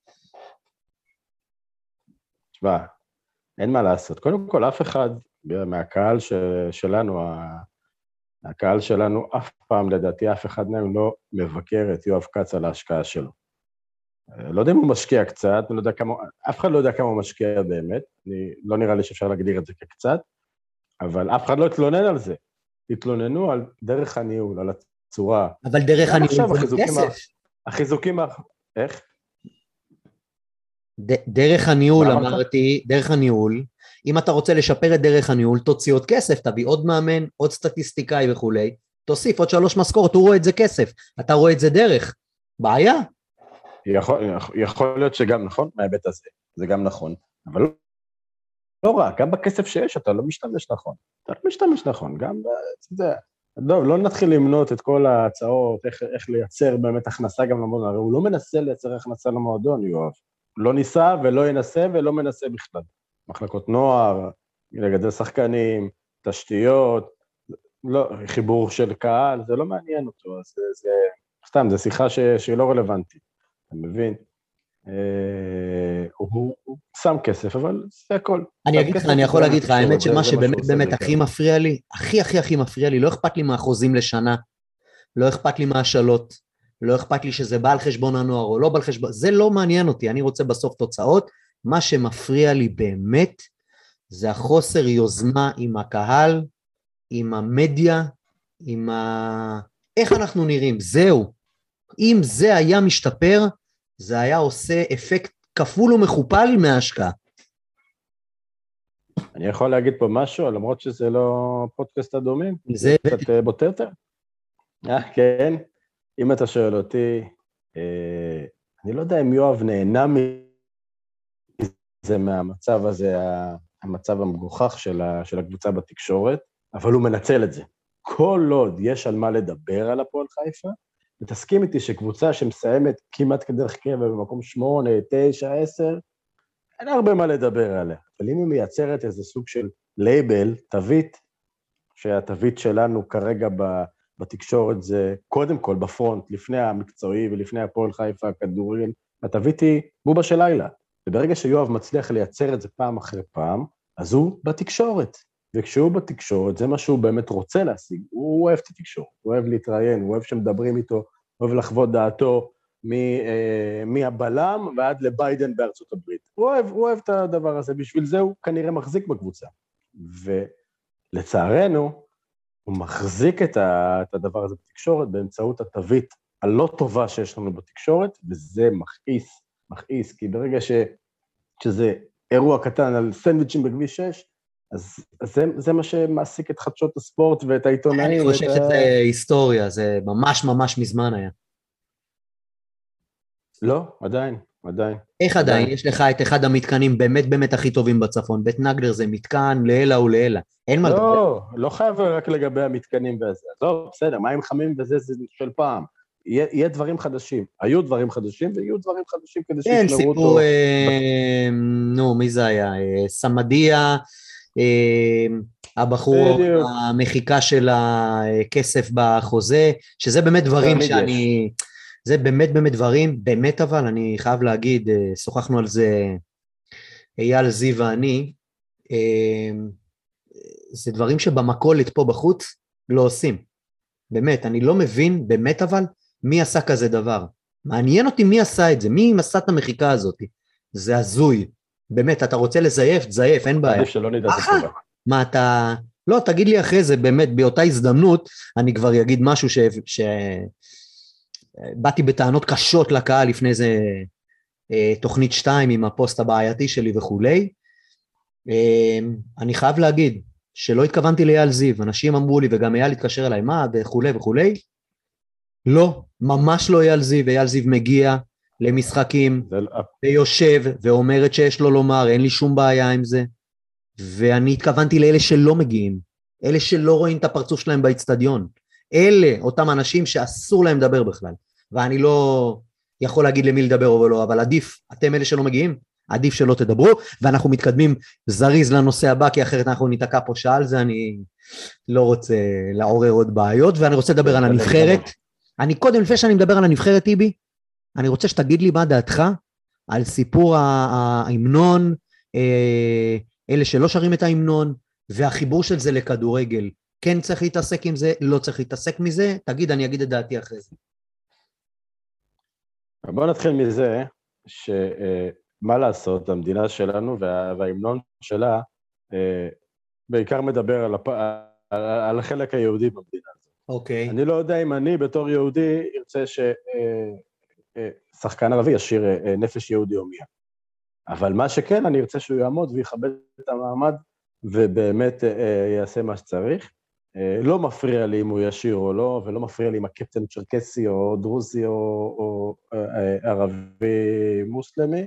תשמע, אין מה לעשות. קודם כל, אף אחד מהקהל ש... שלנו, הקהל שלנו אף פעם, לדעתי, אף אחד מהם לא מבקר את יואב קץ על ההשקעה שלו. לא יודע אם הוא משקיע קצת, אני לא יודע כמה, אף אחד לא יודע כמה הוא משקיע באמת, אני, לא נראה לי שאפשר להגדיר את זה כקצת, אבל אף אחד לא התלונן על זה. התלוננו על דרך הניהול, על הצורה. אבל דרך הניהול זה כסף. החיזוקים, איך? דרך הניהול, אמרתי, דרך הניהול, אם אתה רוצה לשפר את דרך הניהול, תוציא עוד כסף, תביא עוד מאמן, עוד סטטיסטיקאי וכולי, תוסיף עוד שלוש משכורת, הוא רואה את זה כסף, אתה רואה את זה דרך. בעיה? יכול, יכול להיות שגם נכון, מההיבט הזה, זה גם נכון, אבל לא, לא רק, גם בכסף שיש, אתה לא משתמש נכון, אתה לא משתמש נכון, גם, זה, לא, לא נתחיל למנות את כל ההצעות, איך, איך לייצר באמת הכנסה גם למועדון, הרי הוא לא מנסה לייצר הכנסה למועדון, יואב, לא ניסה ולא ינסה ולא מנסה בכלל, מחלקות נוער, לגדל שחקנים, תשתיות, לא, חיבור של קהל, זה לא מעניין אותו, זה, זה, סתם, זה שיחה ש, שהיא לא רלוונטית. אתה מבין? הוא שם כסף, אבל זה הכל. אני אגיד לך, אני יכול להגיד לך, האמת שמה שבאמת באמת הכי מפריע לי, הכי הכי הכי מפריע לי, לא אכפת לי מהחוזים לשנה, לא אכפת לי מהשאלות, לא אכפת לי שזה בא על חשבון הנוער או לא בא על חשבון, זה לא מעניין אותי, אני רוצה בסוף תוצאות, מה שמפריע לי באמת, זה החוסר יוזמה עם הקהל, עם המדיה, עם ה... איך אנחנו נראים, זהו. אם זה היה משתפר, זה היה עושה אפקט כפול ומכופל מההשקעה. אני יכול להגיד פה משהו, למרות שזה לא פודקאסט אדומים, זה קצת בוטה יותר. אה, כן, אם אתה שואל אותי, אה, אני לא יודע אם יואב נהנה מזה, מהמצב הזה, המצב המגוחך של, ה, של הקבוצה בתקשורת, אבל הוא מנצל את זה. כל עוד יש על מה לדבר על הפועל חיפה, ותסכים איתי שקבוצה שמסיימת כמעט כדרך קבע במקום שמונה, תשע, עשר, אין הרבה מה לדבר עליה. אבל אם היא מייצרת איזה סוג של לייבל, תווית, שהתווית שלנו כרגע בתקשורת זה קודם כל בפרונט, לפני המקצועי ולפני הפועל חיפה הכדורגל, התווית היא בובה של לילה. וברגע שיואב מצליח לייצר את זה פעם אחרי פעם, אז הוא בתקשורת. וכשהוא בתקשורת, זה מה שהוא באמת רוצה להשיג, הוא אוהב את התקשורת, הוא אוהב להתראיין, הוא אוהב שמדברים איתו, הוא אוהב לחוות דעתו, מהבלם ועד לביידן בארצות הברית. הוא אוהב, הוא אוהב את הדבר הזה, בשביל זה הוא כנראה מחזיק בקבוצה. ולצערנו, הוא מחזיק את הדבר הזה בתקשורת, באמצעות התווית הלא טובה שיש לנו בתקשורת, וזה מכעיס, מכעיס, כי ברגע ש, שזה אירוע קטן על סנדוויצ'ים בכביש שש, אז, אז זה, זה מה שמעסיק את חדשות הספורט ואת העיתונאים. אני חושב שזה היסטוריה, זה ממש ממש מזמן היה. לא, עדיין, עדיין. איך עדיין? עדיין? יש לך את אחד המתקנים באמת באמת הכי טובים בצפון, בית נגלר זה מתקן לעילה ולעילה. אין מה לדבר. לא, לא חייב רק לגבי המתקנים וזה. לא, בסדר, מים חמים וזה זה של פעם. יהיה, יהיה דברים חדשים. היו דברים חדשים ויהיו דברים חדשים כדי שישמרו אותו. כן, סיפור, אה, נו, מי זה היה? אה, סמדיה, אה, הבחור, בדיוק. המחיקה של הכסף בחוזה, שזה באמת דברים שאני... יש. זה באמת באמת דברים, באמת אבל, אני חייב להגיד, שוחחנו על זה אייל זיו ואני, זה דברים שבמכולת פה בחוץ לא עושים. באמת, אני לא מבין, באמת אבל, מי עשה כזה דבר. מעניין אותי מי עשה את זה, מי עשה את המחיקה הזאת. זה הזוי. באמת, אתה רוצה לזייף, תזייף, אין בעיה. עדיף שלא נדע את הסיבה. מה אתה... לא, תגיד לי אחרי זה, באמת, באותה הזדמנות, אני כבר אגיד משהו ש... ש... באתי בטענות קשות לקהל לפני זה תוכנית שתיים עם הפוסט הבעייתי שלי וכולי. אני חייב להגיד שלא התכוונתי לאייל זיו, אנשים אמרו לי וגם אייל התקשר אליי מה וכולי וכולי. לא, ממש לא אייל זיו, אייל זיו מגיע למשחקים ויושב ואומרת שיש לו לומר, אין לי שום בעיה עם זה. ואני התכוונתי לאלה שלא מגיעים, אלה שלא רואים את הפרצוף שלהם באצטדיון. אלה, אותם אנשים שאסור להם לדבר בכלל, ואני לא יכול להגיד למי לדבר או לא, אבל עדיף, אתם אלה שלא מגיעים, עדיף שלא תדברו, ואנחנו מתקדמים זריז לנושא הבא, כי אחרת אנחנו ניתקע פה שעה על זה, אני לא רוצה לעורר עוד בעיות, ואני רוצה לדבר על הנבחרת. אני קודם, לפני שאני מדבר על הנבחרת, טיבי, אני רוצה שתגיד לי מה דעתך, על סיפור ההמנון, אלה שלא שרים את ההמנון, והחיבור של זה לכדורגל, כן צריך להתעסק עם זה, לא צריך להתעסק מזה, תגיד, אני אגיד את דעתי אחרי זה. בואו נתחיל מזה, שמה לעשות, המדינה שלנו וההמנון שלה, בעיקר מדבר על, הפ... על החלק היהודי במדינה הזאת. אוקיי. אני לא יודע אם אני בתור יהודי ארצה ששחקן ערבי ישיר נפש יהודי הומיה. אבל מה שכן, אני ארצה שהוא יעמוד ויכבד את המעמד, ובאמת יעשה מה שצריך. לא מפריע לי אם הוא ישיר או לא, ולא מפריע לי אם הקפטן צ'רקסי או דרוזי או, או ערבי מוסלמי.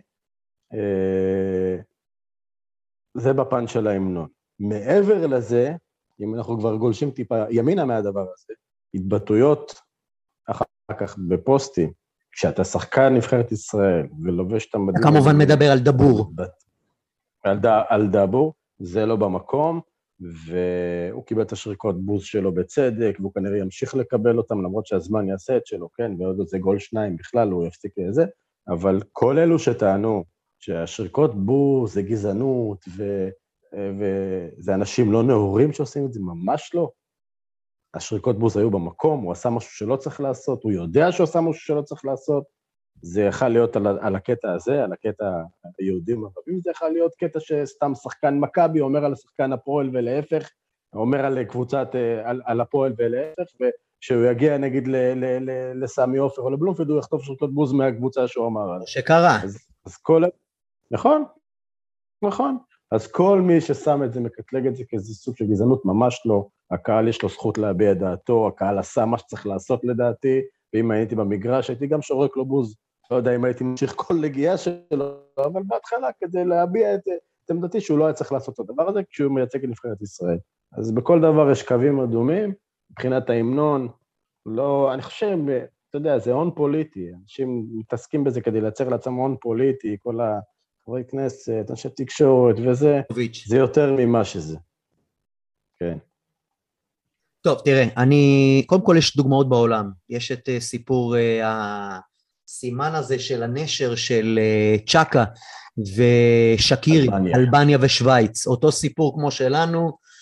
זה בפן של ההמנון. מעבר לזה, אם אנחנו כבר גולשים טיפה ימינה מהדבר הזה, התבטאויות אחר כך בפוסטים, כשאתה שחקן נבחרת ישראל ולובש את המדים... אתה כמובן מדבר על דבור. על, ד, על דבור, זה לא במקום, והוא קיבל את השריקות בוז שלו בצדק, והוא כנראה ימשיך לקבל אותם, למרות שהזמן יעשה את שלו, כן, ועוד זה גול שניים בכלל, הוא יפסיק לזה, אבל כל אלו שטענו שהשריקות בוז זה גזענות, ו, וזה אנשים לא נאורים שעושים את זה, ממש לא. השריקות בוז היו במקום, הוא עשה משהו שלא צריך לעשות, הוא יודע שהוא עשה משהו שלא צריך לעשות, זה יכול להיות על, על הקטע הזה, על הקטע היהודים הרבים, זה יכול להיות קטע שסתם שחקן מכבי אומר על השחקן הפועל ולהפך, אומר על קבוצת, על, על הפועל ולהפך, ושהוא יגיע נגיד ל, ל, ל, לסמי עופר או לבלומפילד, הוא יכתוב שריקות בוז מהקבוצה שהוא אמר עליו. שקרה. אז, אז כל... נכון, נכון. אז כל מי ששם את זה, מקטלג את זה כאיזה סוג של גזענות, ממש לא. הקהל יש לו זכות להביע דעתו, הקהל עשה מה שצריך לעשות לדעתי, ואם הייתי במגרש, הייתי גם שורק לו בוז. לא יודע אם הייתי ממשיך כל לגיעה שלו, אבל בהתחלה כדי להביע את, את עמדתי שהוא לא היה צריך לעשות את הדבר הזה, כשהוא מייצג את נבחרת ישראל. אז בכל דבר יש קווים אדומים, מבחינת ההמנון, לא, אני חושב, אתה יודע, זה הון פוליטי, אנשים מתעסקים בזה כדי לייצר לעצמם הון פוליטי, כל חברי כנסת, אנשי תקשורת וזה, זה יותר ממה שזה. כן. טוב, תראה, אני, קודם כל יש דוגמאות בעולם, יש את סיפור הסימן הזה של הנשר של צ'קה ושקירי, אלבניה. אלבניה ושוויץ, אותו סיפור כמו שלנו,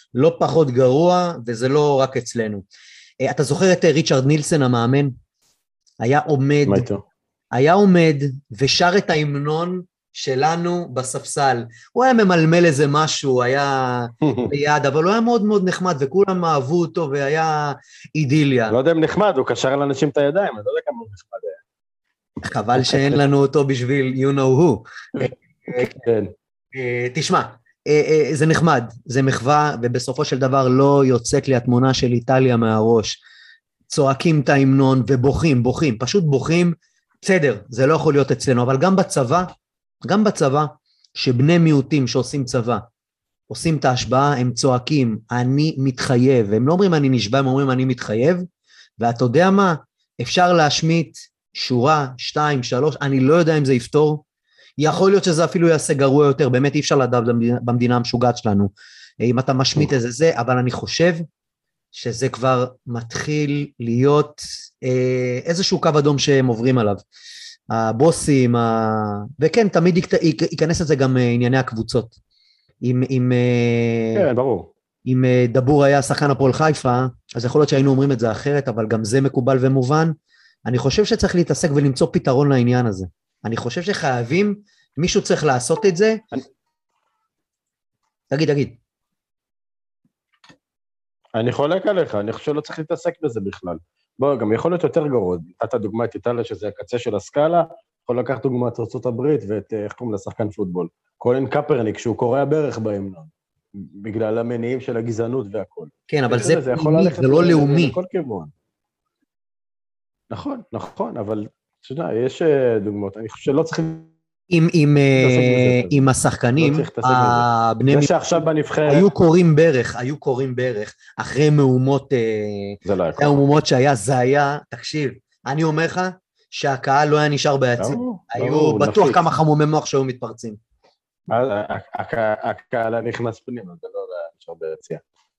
לא פחות גרוע, וזה לא רק אצלנו. אתה זוכר את ריצ'רד נילסן המאמן? היה עומד, היה עומד ושר את ההמנון שלנו בספסל. הוא היה ממלמל איזה משהו, היה ביד, אבל הוא היה מאוד מאוד נחמד, וכולם אהבו אותו, והיה אידיליה. לא יודע אם נחמד, הוא קשר לאנשים את הידיים, אני לא יודע כמה הוא נחמד היה. חבל שאין לנו אותו בשביל you know who. כן. תשמע, זה נחמד, זה מחווה, ובסופו של דבר לא יוצאת לי התמונה של איטליה מהראש. צועקים את ההמנון ובוכים, בוכים, פשוט בוכים, בסדר, זה לא יכול להיות אצלנו, אבל גם בצבא, גם בצבא, שבני מיעוטים שעושים צבא, עושים את ההשבעה, הם צועקים, אני מתחייב, הם לא אומרים אני נשבע, הם אומרים אני מתחייב, ואתה יודע מה, אפשר להשמיט שורה, שתיים, שלוש, אני לא יודע אם זה יפתור, יכול להיות שזה אפילו יעשה גרוע יותר, באמת אי אפשר לדעת במדינה המשוגעת שלנו, אם אתה משמיט איזה זה, אבל אני חושב, שזה כבר מתחיל להיות אה, איזשהו קו אדום שהם עוברים עליו. הבוסים, ה... וכן, תמיד ייק... ייכנס לזה גם ענייני הקבוצות. אם, אם, כן, ברור. אם דבור היה שחקן הפועל חיפה, אז יכול להיות שהיינו אומרים את זה אחרת, אבל גם זה מקובל ומובן. אני חושב שצריך להתעסק ולמצוא פתרון לעניין הזה. אני חושב שחייבים, מישהו צריך לעשות את זה. אני... תגיד, תגיד. אני חולק עליך, אני חושב שלא צריך להתעסק בזה בכלל. בוא, גם יכול להיות יותר גרוע. נתת דוגמה את איטליה, שזה הקצה של הסקאלה, יכול לקחת דוגמה את ארצות הברית, ואת, איך קוראים לשחקן פוטבול. קולין קפרניק, שהוא קורע ברך בהמנון, בגלל המניעים של הגזענות והכל. כן, אבל זה, זה, פנימי, זה לא לאומי. לכל כיוון. נכון, נכון, אבל, אתה יודע, יש דוגמאות, אני חושב שלא צריך... עם, עם, עם השחקנים, הבני זה שעכשיו בנבחרת... היו קוראים ברך, היו קוראים ברך, אחרי מהומות, אחרי מהומות שהיה, זה היה, תקשיב, אני אומר לך, שהקהל לא היה נשאר ביציע, היו בטוח כמה חמומי מוח שהיו מתפרצים. הקהל נכנס פנימה, זה לא נשאר ביציע.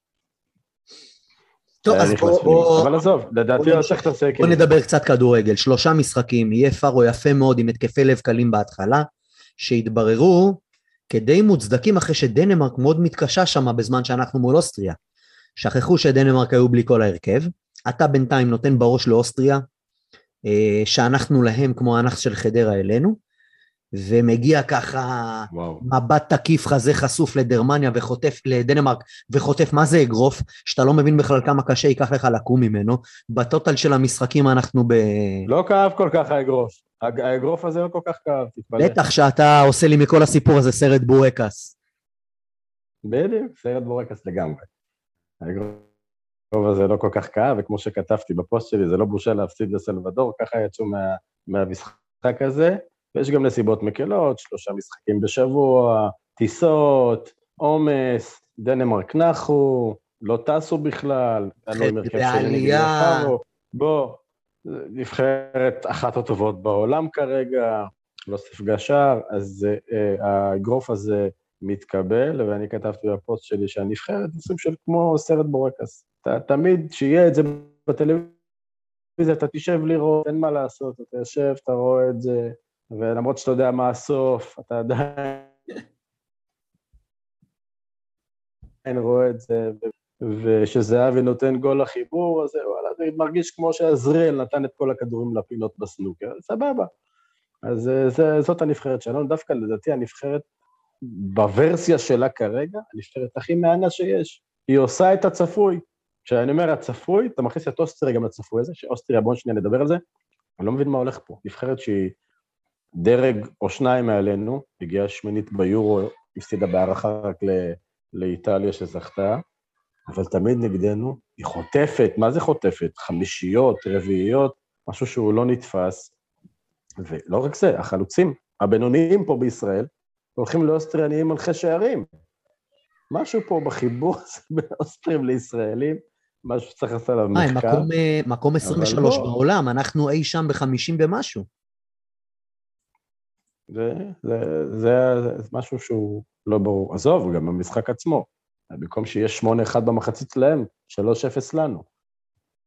טוב, אז בוא... אבל עזוב, לדעתי לא צריך להתעסק. בוא נדבר קצת כדורגל. שלושה משחקים, יהיה פארו יפה מאוד עם התקפי לב קלים בהתחלה, שהתבררו כדי מוצדקים אחרי שדנמרק מאוד מתקשה שם בזמן שאנחנו מול אוסטריה. שכחו שדנמרק היו בלי כל ההרכב, אתה בינתיים נותן בראש לאוסטריה, שאנחנו להם כמו האנח של חדרה אלינו, ומגיע ככה וואו. מבט תקיף חזה חשוף לדרמניה וחוטף לדנמרק וחוטף מה זה אגרוף שאתה לא מבין בכלל כמה קשה ייקח לך לקום ממנו. בטוטל של המשחקים אנחנו ב... לא כאב כל כך האגרוף, האגרוף הזה לא כל כך כאב, תתפלא. בטח שאתה עושה לי מכל הסיפור הזה סרט בורקס. בדיוק, סרט בורקס לגמרי. האגרוף הזה לא כל כך כאב, וכמו שכתבתי בפוסט שלי, זה לא בושה להפסיד לסלבדור, ככה יצאו מה, מהמשחק הזה. ויש גם נסיבות מקלות, שלושה משחקים בשבוע, טיסות, עומס, דנמרק נחו, לא טסו בכלל, בעלייה. בוא, נבחרת אחת הטובות בעולם כרגע, לא ספגה שער, אז uh, הגרוף הזה מתקבל, ואני כתבתי בפוסט שלי שהנבחרת זה סוג של כמו סרט בורקס. אתה תמיד, שיהיה את זה בטלוויזיה, אתה תשב לראות, אין מה לעשות, אתה יושב, אתה רואה את זה, ולמרות שאתה יודע מה הסוף, אתה עדיין רואה את זה, ושזהבי נותן גול לחיבור, אז וואלה, זה מרגיש כמו שעזריאל נתן את כל הכדורים לפינות בסנוקר, סבבה. אז זה, זאת הנבחרת שלנו, דווקא לדעתי הנבחרת, בוורסיה שלה כרגע, הנבחרת הכי מענה שיש, היא עושה את הצפוי. כשאני אומר הצפוי, אתה מכניס את אוסטריה גם לצפוי הזה, שאוסטריה, בואו שנייה נדבר על זה, אני לא מבין מה הולך פה. נבחרת שהיא דרג או שניים מעלינו, הגיעה שמינית ביורו, הפסידה בהערכה רק לאיטליה שזכתה, אבל תמיד נגדנו, היא חוטפת, מה זה חוטפת? חמישיות, רביעיות, משהו שהוא לא נתפס, ולא רק זה, החלוצים, הבינוניים פה בישראל, הולכים לאוסטריה נהיים מלכי שערים. משהו פה בחיבור הזה בין אוסטרים לישראלים, משהו שצריך לעשות עליו מחקר. מקום, מקום עשרים ושלוש בעולם, אנחנו אי שם ב-חמישים ומשהו. זה, זה, זה, זה משהו שהוא לא ברור. עזוב, גם במשחק עצמו. במקום שיש שמונה אחד במחצית להם, שלוש אפס לנו.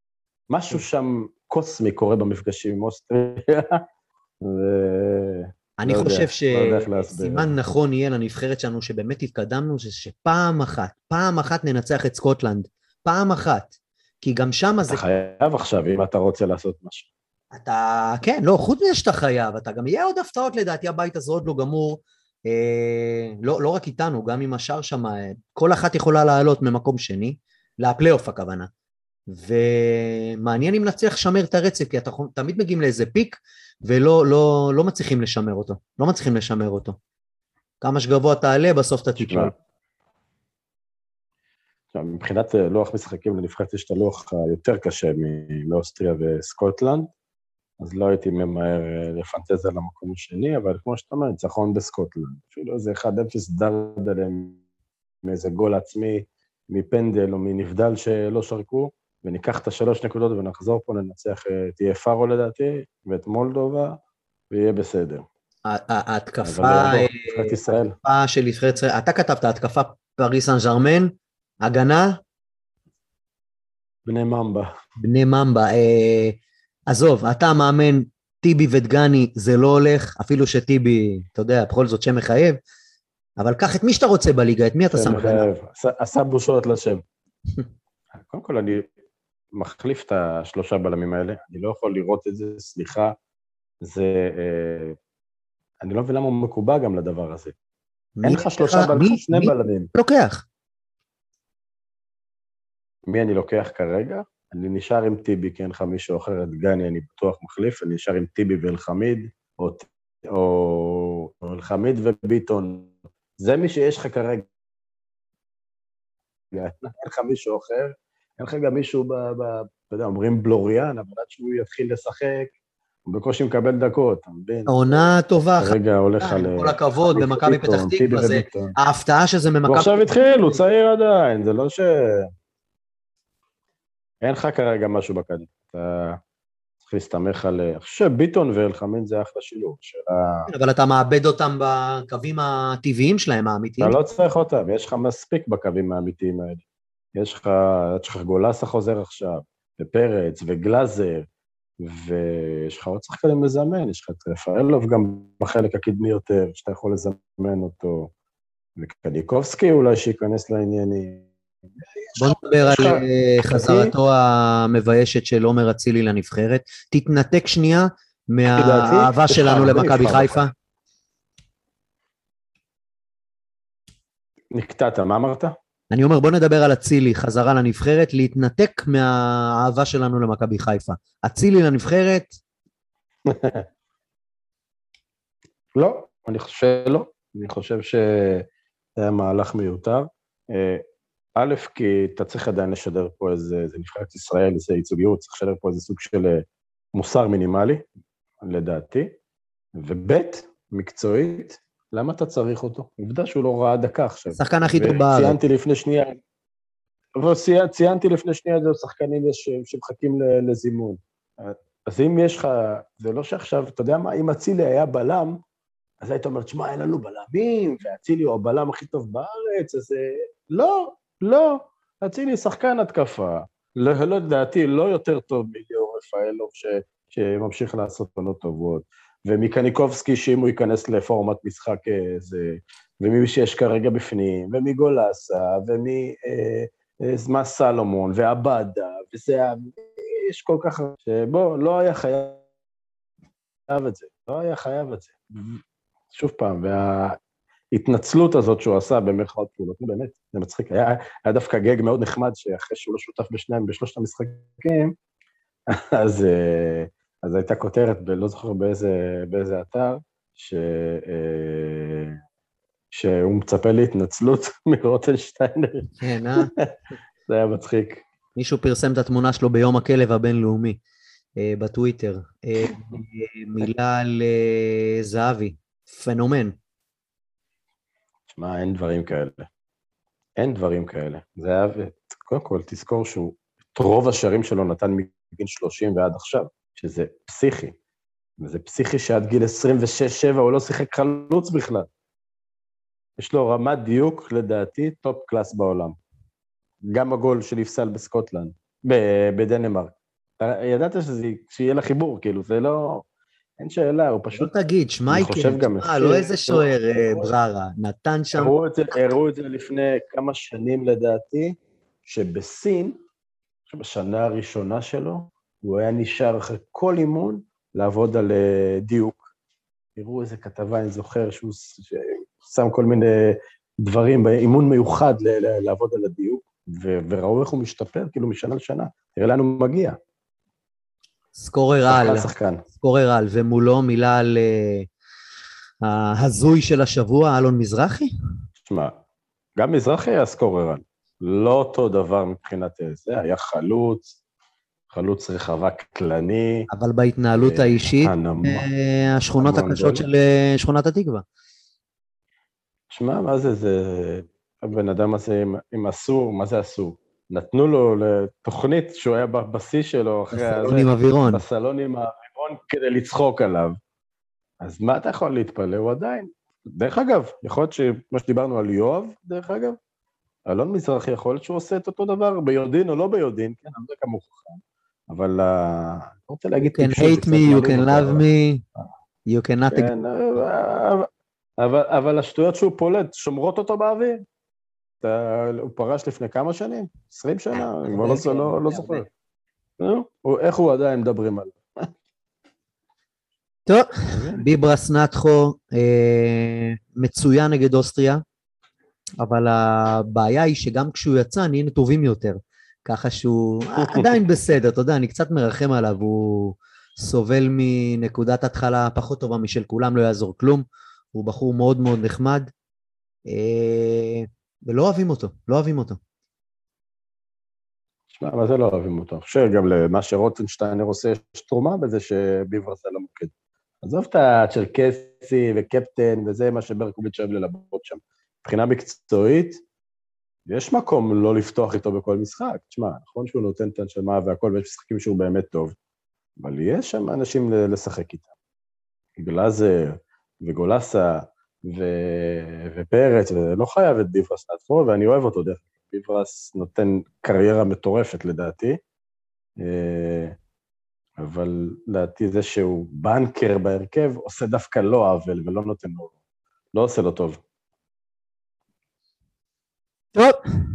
משהו שם קוסמי קורה במפגשים עם אוסטריה, אני לא יודע, חושב לא יודע איך להסביר. שסימן נכון יהיה לנבחרת שלנו שבאמת התקדמנו, זה שפעם אחת, פעם אחת ננצח את סקוטלנד, פעם אחת, כי גם שם זה... אתה חייב עכשיו, אם אתה רוצה לעשות משהו. אתה, כן, לא, חוץ מזה שאתה חייב, אתה גם יהיה עוד הפתעות לדעתי, הבית הזה עוד לא גמור, אה, לא, לא רק איתנו, גם עם השאר שם, כל אחת יכולה לעלות ממקום שני, לפלייאוף הכוונה, ומעניין אם נצליח לשמר את הרצף, כי אתה תמיד מגיעים לאיזה פיק, ולא לא, לא מצליחים לשמר אותו, לא מצליחים לשמר אותו. כמה שגבוה תעלה, בסוף אתה תיפול. מבחינת לוח משחקים לנבחרת יש את הלוח היותר קשה מאוסטריה וסקוטלנד, אז לא הייתי ממהר לפנטז על המקום השני, אבל כמו שאתה אומר, ניצחון בסקוטלנד. אפילו איזה אחד אפס דרד עליהם מאיזה גול עצמי, מפנדל או מנבדל שלא שרקו, וניקח את השלוש נקודות ונחזור פה לנצח את יהיה פארו לדעתי, ואת מולדובה, ויהיה בסדר. ההתקפה של נבחרת ישראל, אתה כתבת, התקפה פריס סן ז'רמן, הגנה? בני ממבה. בני ממבה. עזוב, אתה מאמן, טיבי ודגני, זה לא הולך, אפילו שטיבי, אתה יודע, בכל זאת שם מחייב, אבל קח את מי שאתה רוצה בליגה, את מי אתה שם הגנה? עשה בושות לשם. קודם כל, אני מחליף את השלושה בלמים האלה, אני לא יכול לראות את זה, סליחה, זה... אני לא מבין למה הוא מקובע גם לדבר הזה. אין לך שלושה בלמים, שני בלמים. מי לוקח? מי אני לוקח כרגע? אני נשאר עם טיבי, כי אין לך מישהו אחר, את גני אני בטוח מחליף, אני נשאר עם טיבי ואלחמיד, או, או, או אלחמיד וביטון. זה מי שיש לך כרגע. אין לך מישהו אחר, אין לך גם מישהו, ב, ב, אתה יודע, אומרים בלוריאן, אבל עד שהוא יתחיל לשחק, הוא בקושי מקבל דקות, אתה מבין? עונה טובה. כרגע הולך על... כל הכבוד, במכבי פתח תקווה, זה ההפתעה שזה ממכבי... הוא עכשיו התחיל, הוא צעיר עדיין, זה לא ש... אין לך כרגע משהו בקדם, אתה צריך להסתמך על... אני חושב שביטון ואלחמיד זה אחלה שילוב. אבל אתה מאבד אותם בקווים הטבעיים שלהם, האמיתיים. אתה לא צריך אותם, יש לך מספיק בקווים האמיתיים האלה. יש לך, יש לך גולסה חוזר עכשיו, ופרץ וגלאזר, ויש לך עוד שחקנים לזמן, יש לך את רפאלוב גם בחלק הקדמי יותר, שאתה יכול לזמן אותו, וקדיקובסקי אולי שייכנס לעניינים. בוא נדבר על חזרתו המביישת של עומר אצילי לנבחרת. תתנתק שנייה מהאהבה שלנו למכבי חיפה. נקטעת, מה אמרת? אני אומר, בוא נדבר על אצילי, חזרה לנבחרת, להתנתק מהאהבה שלנו למכבי חיפה. אצילי לנבחרת? לא, אני חושב שלא. אני חושב שזה היה מהלך מיותר. א', כי אתה צריך עדיין לשדר פה איזה, איזה נבחרת ישראל, איזה ייצוגיות, צריך לשדר פה איזה סוג של מוסר מינימלי, לדעתי, וב', מקצועית, למה אתה צריך אותו? עובדה שהוא לא ראה דקה עכשיו. שחקן הכי טוב בארץ. ציינתי לפני שנייה, ציינתי לפני שנייה, זה שחקנים שמחכים לזימון. אז אם יש לך, זה לא שעכשיו, אתה יודע מה, אם אצילי היה בלם, אז היית אומרת, שמע, אין לנו בלמים, ואצילי הוא הבלם הכי טוב בארץ, אז לא, לא, אצילי שחקן התקפה, לא, לא לדעתי, לא יותר טוב מליאור רפאלוב, ש, שממשיך לעשות פנות טובות, ומקניקובסקי, שאם הוא ייכנס לפורמט משחק איזה, ומי שיש כרגע בפנים, ומגולסה, ומזמה סלומון, ועבדה, וזה, יש כל כך, שבוא, לא היה חייב את זה, לא היה חייב את זה. שוב פעם, וההתנצלות הזאת שהוא עשה במרכאות פעולות, באמת, זה מצחיק, היה, היה דווקא גג מאוד נחמד, שאחרי שהוא לא שותף בשניים, בשלושת המשחקים, אז, אז הייתה כותרת, לא זוכר באיזה, באיזה אתר, ש, שהוא מצפה להתנצלות מרוטנשטיינר. כן, אה? זה היה מצחיק. מישהו פרסם את התמונה שלו ביום הכלב הבינלאומי, בטוויטר. מילה על זהבי. פנומן. תשמע, אין דברים כאלה. אין דברים כאלה. זה היה, קודם כל, תזכור שהוא, את רוב השערים שלו נתן מגיל שלושים ועד עכשיו, שזה פסיכי. וזה פסיכי שעד גיל עשרים ושש שבע הוא לא שיחק חלוץ בכלל. יש לו רמת דיוק, לדעתי, טופ קלאס בעולם. גם הגול של יפסל בסקוטלנד, בדנמרק. ידעת שזה, שיהיה לה חיבור, כאילו, זה לא... אין שאלה, הוא פשוט... לא תגיד, שמייקל, תשמע, לא איזה שוער בררה, נתן שם... הראו את זה לפני כמה שנים לדעתי, שבסין, בשנה הראשונה שלו, הוא היה נשאר אחרי כל אימון לעבוד על דיוק. הראו איזה כתבה, אני זוכר, שהוא שם כל מיני דברים באימון מיוחד לעבוד על הדיוק, וראו איך הוא משתפר, כאילו משנה לשנה. תראה לאן הוא מגיע. סקורר על, סקורר על, ומולו מילה על ההזוי של השבוע, אלון מזרחי? תשמע, גם מזרחי היה סקורר על. לא אותו דבר מבחינת זה, היה חלוץ, חלוץ רחבה קטלני. אבל בהתנהלות האישית, השכונות הקשות של שכונת התקווה. תשמע, מה זה, זה, הבן אדם הזה, אם אסור, מה זה אסור? נתנו לו לתוכנית שהוא היה בשיא שלו, אחרי הזה, בסלון עם אווירון. בסלון עם האווירון כדי לצחוק עליו. אז מה אתה יכול להתפלא? הוא עדיין. דרך אגב, יכול להיות שמה שדיברנו על יואב, דרך אגב, אלון מזרחי יכול להיות שהוא עושה את אותו דבר, ביודעין או לא ביודעין, כן, אני לא יודע כמה הוא חכם, אבל אני רוצה להגיד... You can hate me, you can love me, you cannot... כן, אבל, אבל השטויות שהוא פולט, שומרות אותו באוויר. הוא פרש לפני כמה שנים? עשרים שנה? אני כבר לא זוכר. איך הוא עדיין מדברים עליו? טוב, ביברס נתחו מצוין נגד אוסטריה, אבל הבעיה היא שגם כשהוא יצא נהיינו טובים יותר, ככה שהוא עדיין בסדר, אתה יודע, אני קצת מרחם עליו, הוא סובל מנקודת התחלה פחות טובה משל כולם, לא יעזור כלום, הוא בחור מאוד מאוד נחמד, ולא אוהבים אותו, לא אוהבים אותו. תשמע, מה זה לא אוהבים אותו? אני חושב גם למה שרוטנשטיינר עושה, יש תרומה בזה שביברס על המוקד. עזוב את הצ'רקסי וקפטן, וזה מה שברקוביץ' אוהב ללבות שם. מבחינה מקצועית, יש מקום לא לפתוח איתו בכל משחק. תשמע, נכון שהוא נותן את הנשמה והכל, ויש משחקים שהוא באמת טוב, אבל יש שם אנשים לשחק איתם. גלאזר וגולסה ו- ופרץ, ולא חייב את ביברס נתחו, ואני אוהב אותו דרך. ביברס נותן קריירה מטורפת לדעתי, אבל לדעתי זה שהוא בנקר בהרכב, עושה דווקא לא עוול, ולא נותן לו, לא עושה לו טוב. טוב,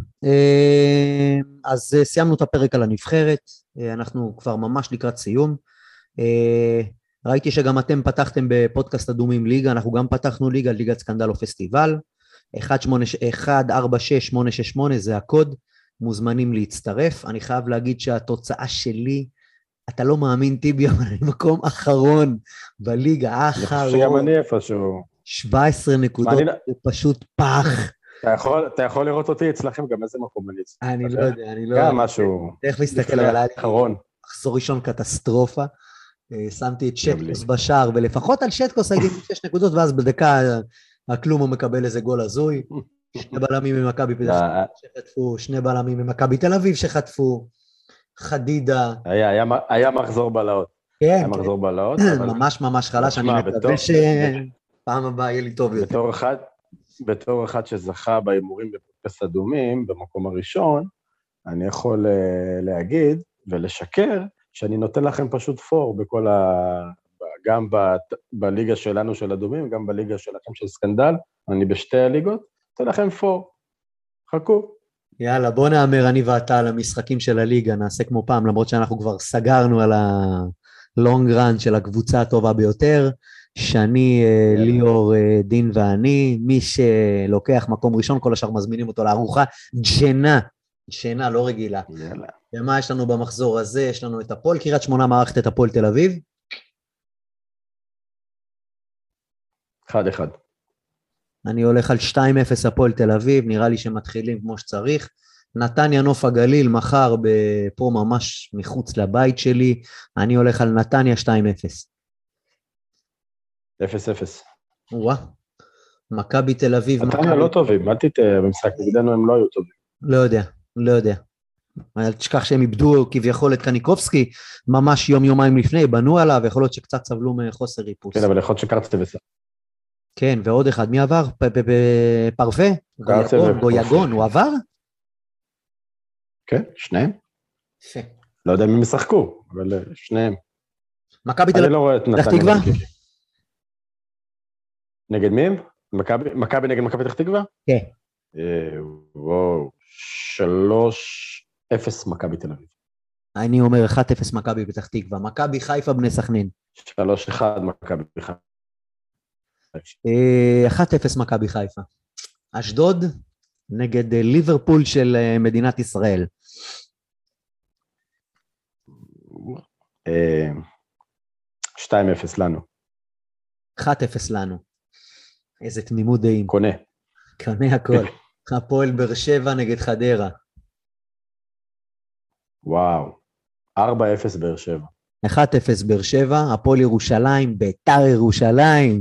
אז סיימנו את הפרק על הנבחרת, אנחנו כבר ממש לקראת סיום. ראיתי שגם אתם פתחתם בפודקאסט אדומים ליגה, אנחנו גם פתחנו ליגה, ליגת סקנדל או פסטיבל, אחת ארבע שש שמונה שש שמונה זה הקוד, מוזמנים להצטרף. אני חייב להגיד שהתוצאה שלי, אתה לא מאמין טיבי, אבל אני מקום אחרון בליגה, האחרון. שגם אני איפשהו. שבע עשרה נקודות, זה פשוט פח. אתה יכול לראות אותי אצלכם גם איזה מקום אני אצלכם. אני לא יודע, אני לא יודע. גם משהו. איך להסתכל על האחרון. מחזור ראשון קטסטרופה. שמתי את שטקוס בשער, ולפחות על שטקוס הייתי שש נקודות, ואז בדקה הכלום הוא מקבל איזה גול הזוי. שני בלמים ממכבי פתח תקווה שחטפו, שני בלמים ממכבי תל אביב שחטפו, חדידה. היה מחזור בלהות. כן. היה מחזור בלהות. ממש ממש חלש, אני מקווה שפעם הבאה יהיה לי טוב יותר. בתור אחד, בתור אחד שזכה בהימורים בפודקאסט אדומים, במקום הראשון, אני יכול להגיד ולשקר, שאני נותן לכם פשוט פור בכל ה... גם ב... בליגה שלנו של אדומים, גם בליגה שלכם של סקנדל, אני בשתי הליגות, נותן לכם פור. חכו. יאללה, בוא נאמר אני ואתה על המשחקים של הליגה, נעשה כמו פעם, למרות שאנחנו כבר סגרנו על הלונג רן של הקבוצה הטובה ביותר, שני, ליאור, דין ואני, מי שלוקח מקום ראשון, כל השאר מזמינים אותו לארוחה, ג'נה, ג'נה לא רגילה. יאללה. ומה יש לנו במחזור הזה? יש לנו את הפועל קריית שמונה, מערכת את הפועל תל אביב. אחד אחד. אני הולך על שתיים אפס הפועל תל אביב, נראה לי שמתחילים כמו שצריך. נתניה נוף הגליל, מחר פה ממש מחוץ לבית שלי, אני הולך על נתניה שתיים אפס. אפס אפס. וואה, מכבי תל אביב. נתניה לא טובים, אל תטעה, במשחק נגדנו הם לא היו טובים. לא יודע, לא יודע. אל תשכח שהם איבדו כביכול את קניקובסקי, ממש יום יומיים לפני, בנו עליו, יכול להיות שקצת סבלו מחוסר ריפוס. כן, אבל יכול להיות שקרצת בסך. כן, ועוד אחד, מי עבר? פרווה? גויגון, הוא עבר? כן, שניהם. יפה. לא יודע אם הם ישחקו, אבל שניהם. מכבי תל אני אביב. לא רואה את פתח נתניה. תקווה? נגד מי? מכבי מכבי נגד מכבי פתח תקווה? כן. אה, וואו, שלוש אפס מכבי תל אביב. אני אומר אחת אפס מכבי פתח תקווה. מכבי חיפה בני סכנין. שלוש אחד מכבי חיפה. אה, אחת אפס מכבי חיפה. אשדוד נגד אה, ליברפול של אה, מדינת ישראל. אה, שתיים אפס לנו. אחת אפס לנו. איזה תמימות דעים. קונה. קנה הכל. הפועל באר שבע נגד חדרה. וואו. ארבע אפס באר שבע. אחת אפס באר שבע, הפועל ירושלים, ביתר ירושלים.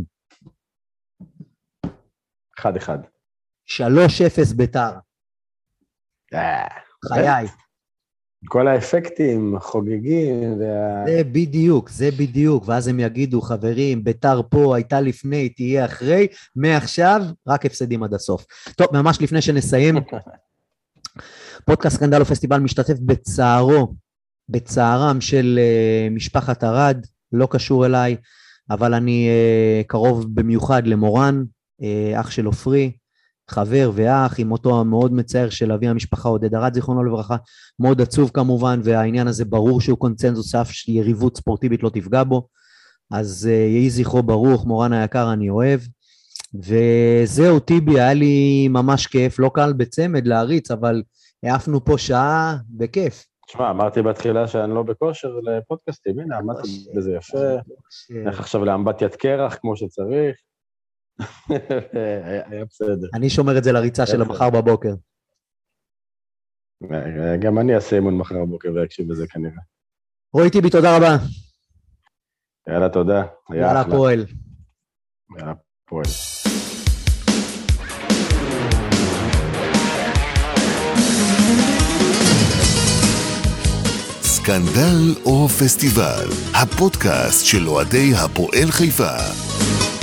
אחד אחד. שלוש אפס ביתר. אה, חיי. כל האפקטים חוגגים. וה... זה בדיוק, זה בדיוק. ואז הם יגידו, חברים, ביתר פה הייתה לפני, תהיה אחרי, מעכשיו רק הפסדים עד הסוף. טוב, ממש לפני שנסיים, פודקאסט סקנדל ופסטיבל משתתף בצערו, בצערם של uh, משפחת ארד, לא קשור אליי, אבל אני uh, קרוב במיוחד למורן, uh, אח של עופרי, חבר ואח, עם אותו המאוד מצער של אבי המשפחה עודד ארד, זיכרונו לברכה, מאוד עצוב כמובן, והעניין הזה ברור שהוא קונצנזוס, אף יריבות ספורטיבית לא תפגע בו, אז uh, יהי זכרו ברוך, מורן היקר אני אוהב, וזהו טיבי, היה לי ממש כיף, לא קל בצמד להריץ, אבל העפנו פה שעה בכיף. תשמע, אמרתי בתחילה שאני לא בכושר לפודקאסטים, הנה, אמרתי בזה יפה, איך עכשיו לאמבטיית קרח כמו שצריך, היה בסדר. אני שומר את זה לריצה של המחר בבוקר. גם אני אעשה אימון מחר בבוקר ואקשיב לזה כנראה. רועי טיבי, תודה רבה. יאללה, תודה. יאללה פועל. יאללה פועל. סקנדל או פסטיבל, הפודקאסט של אוהדי הפועל חיפה.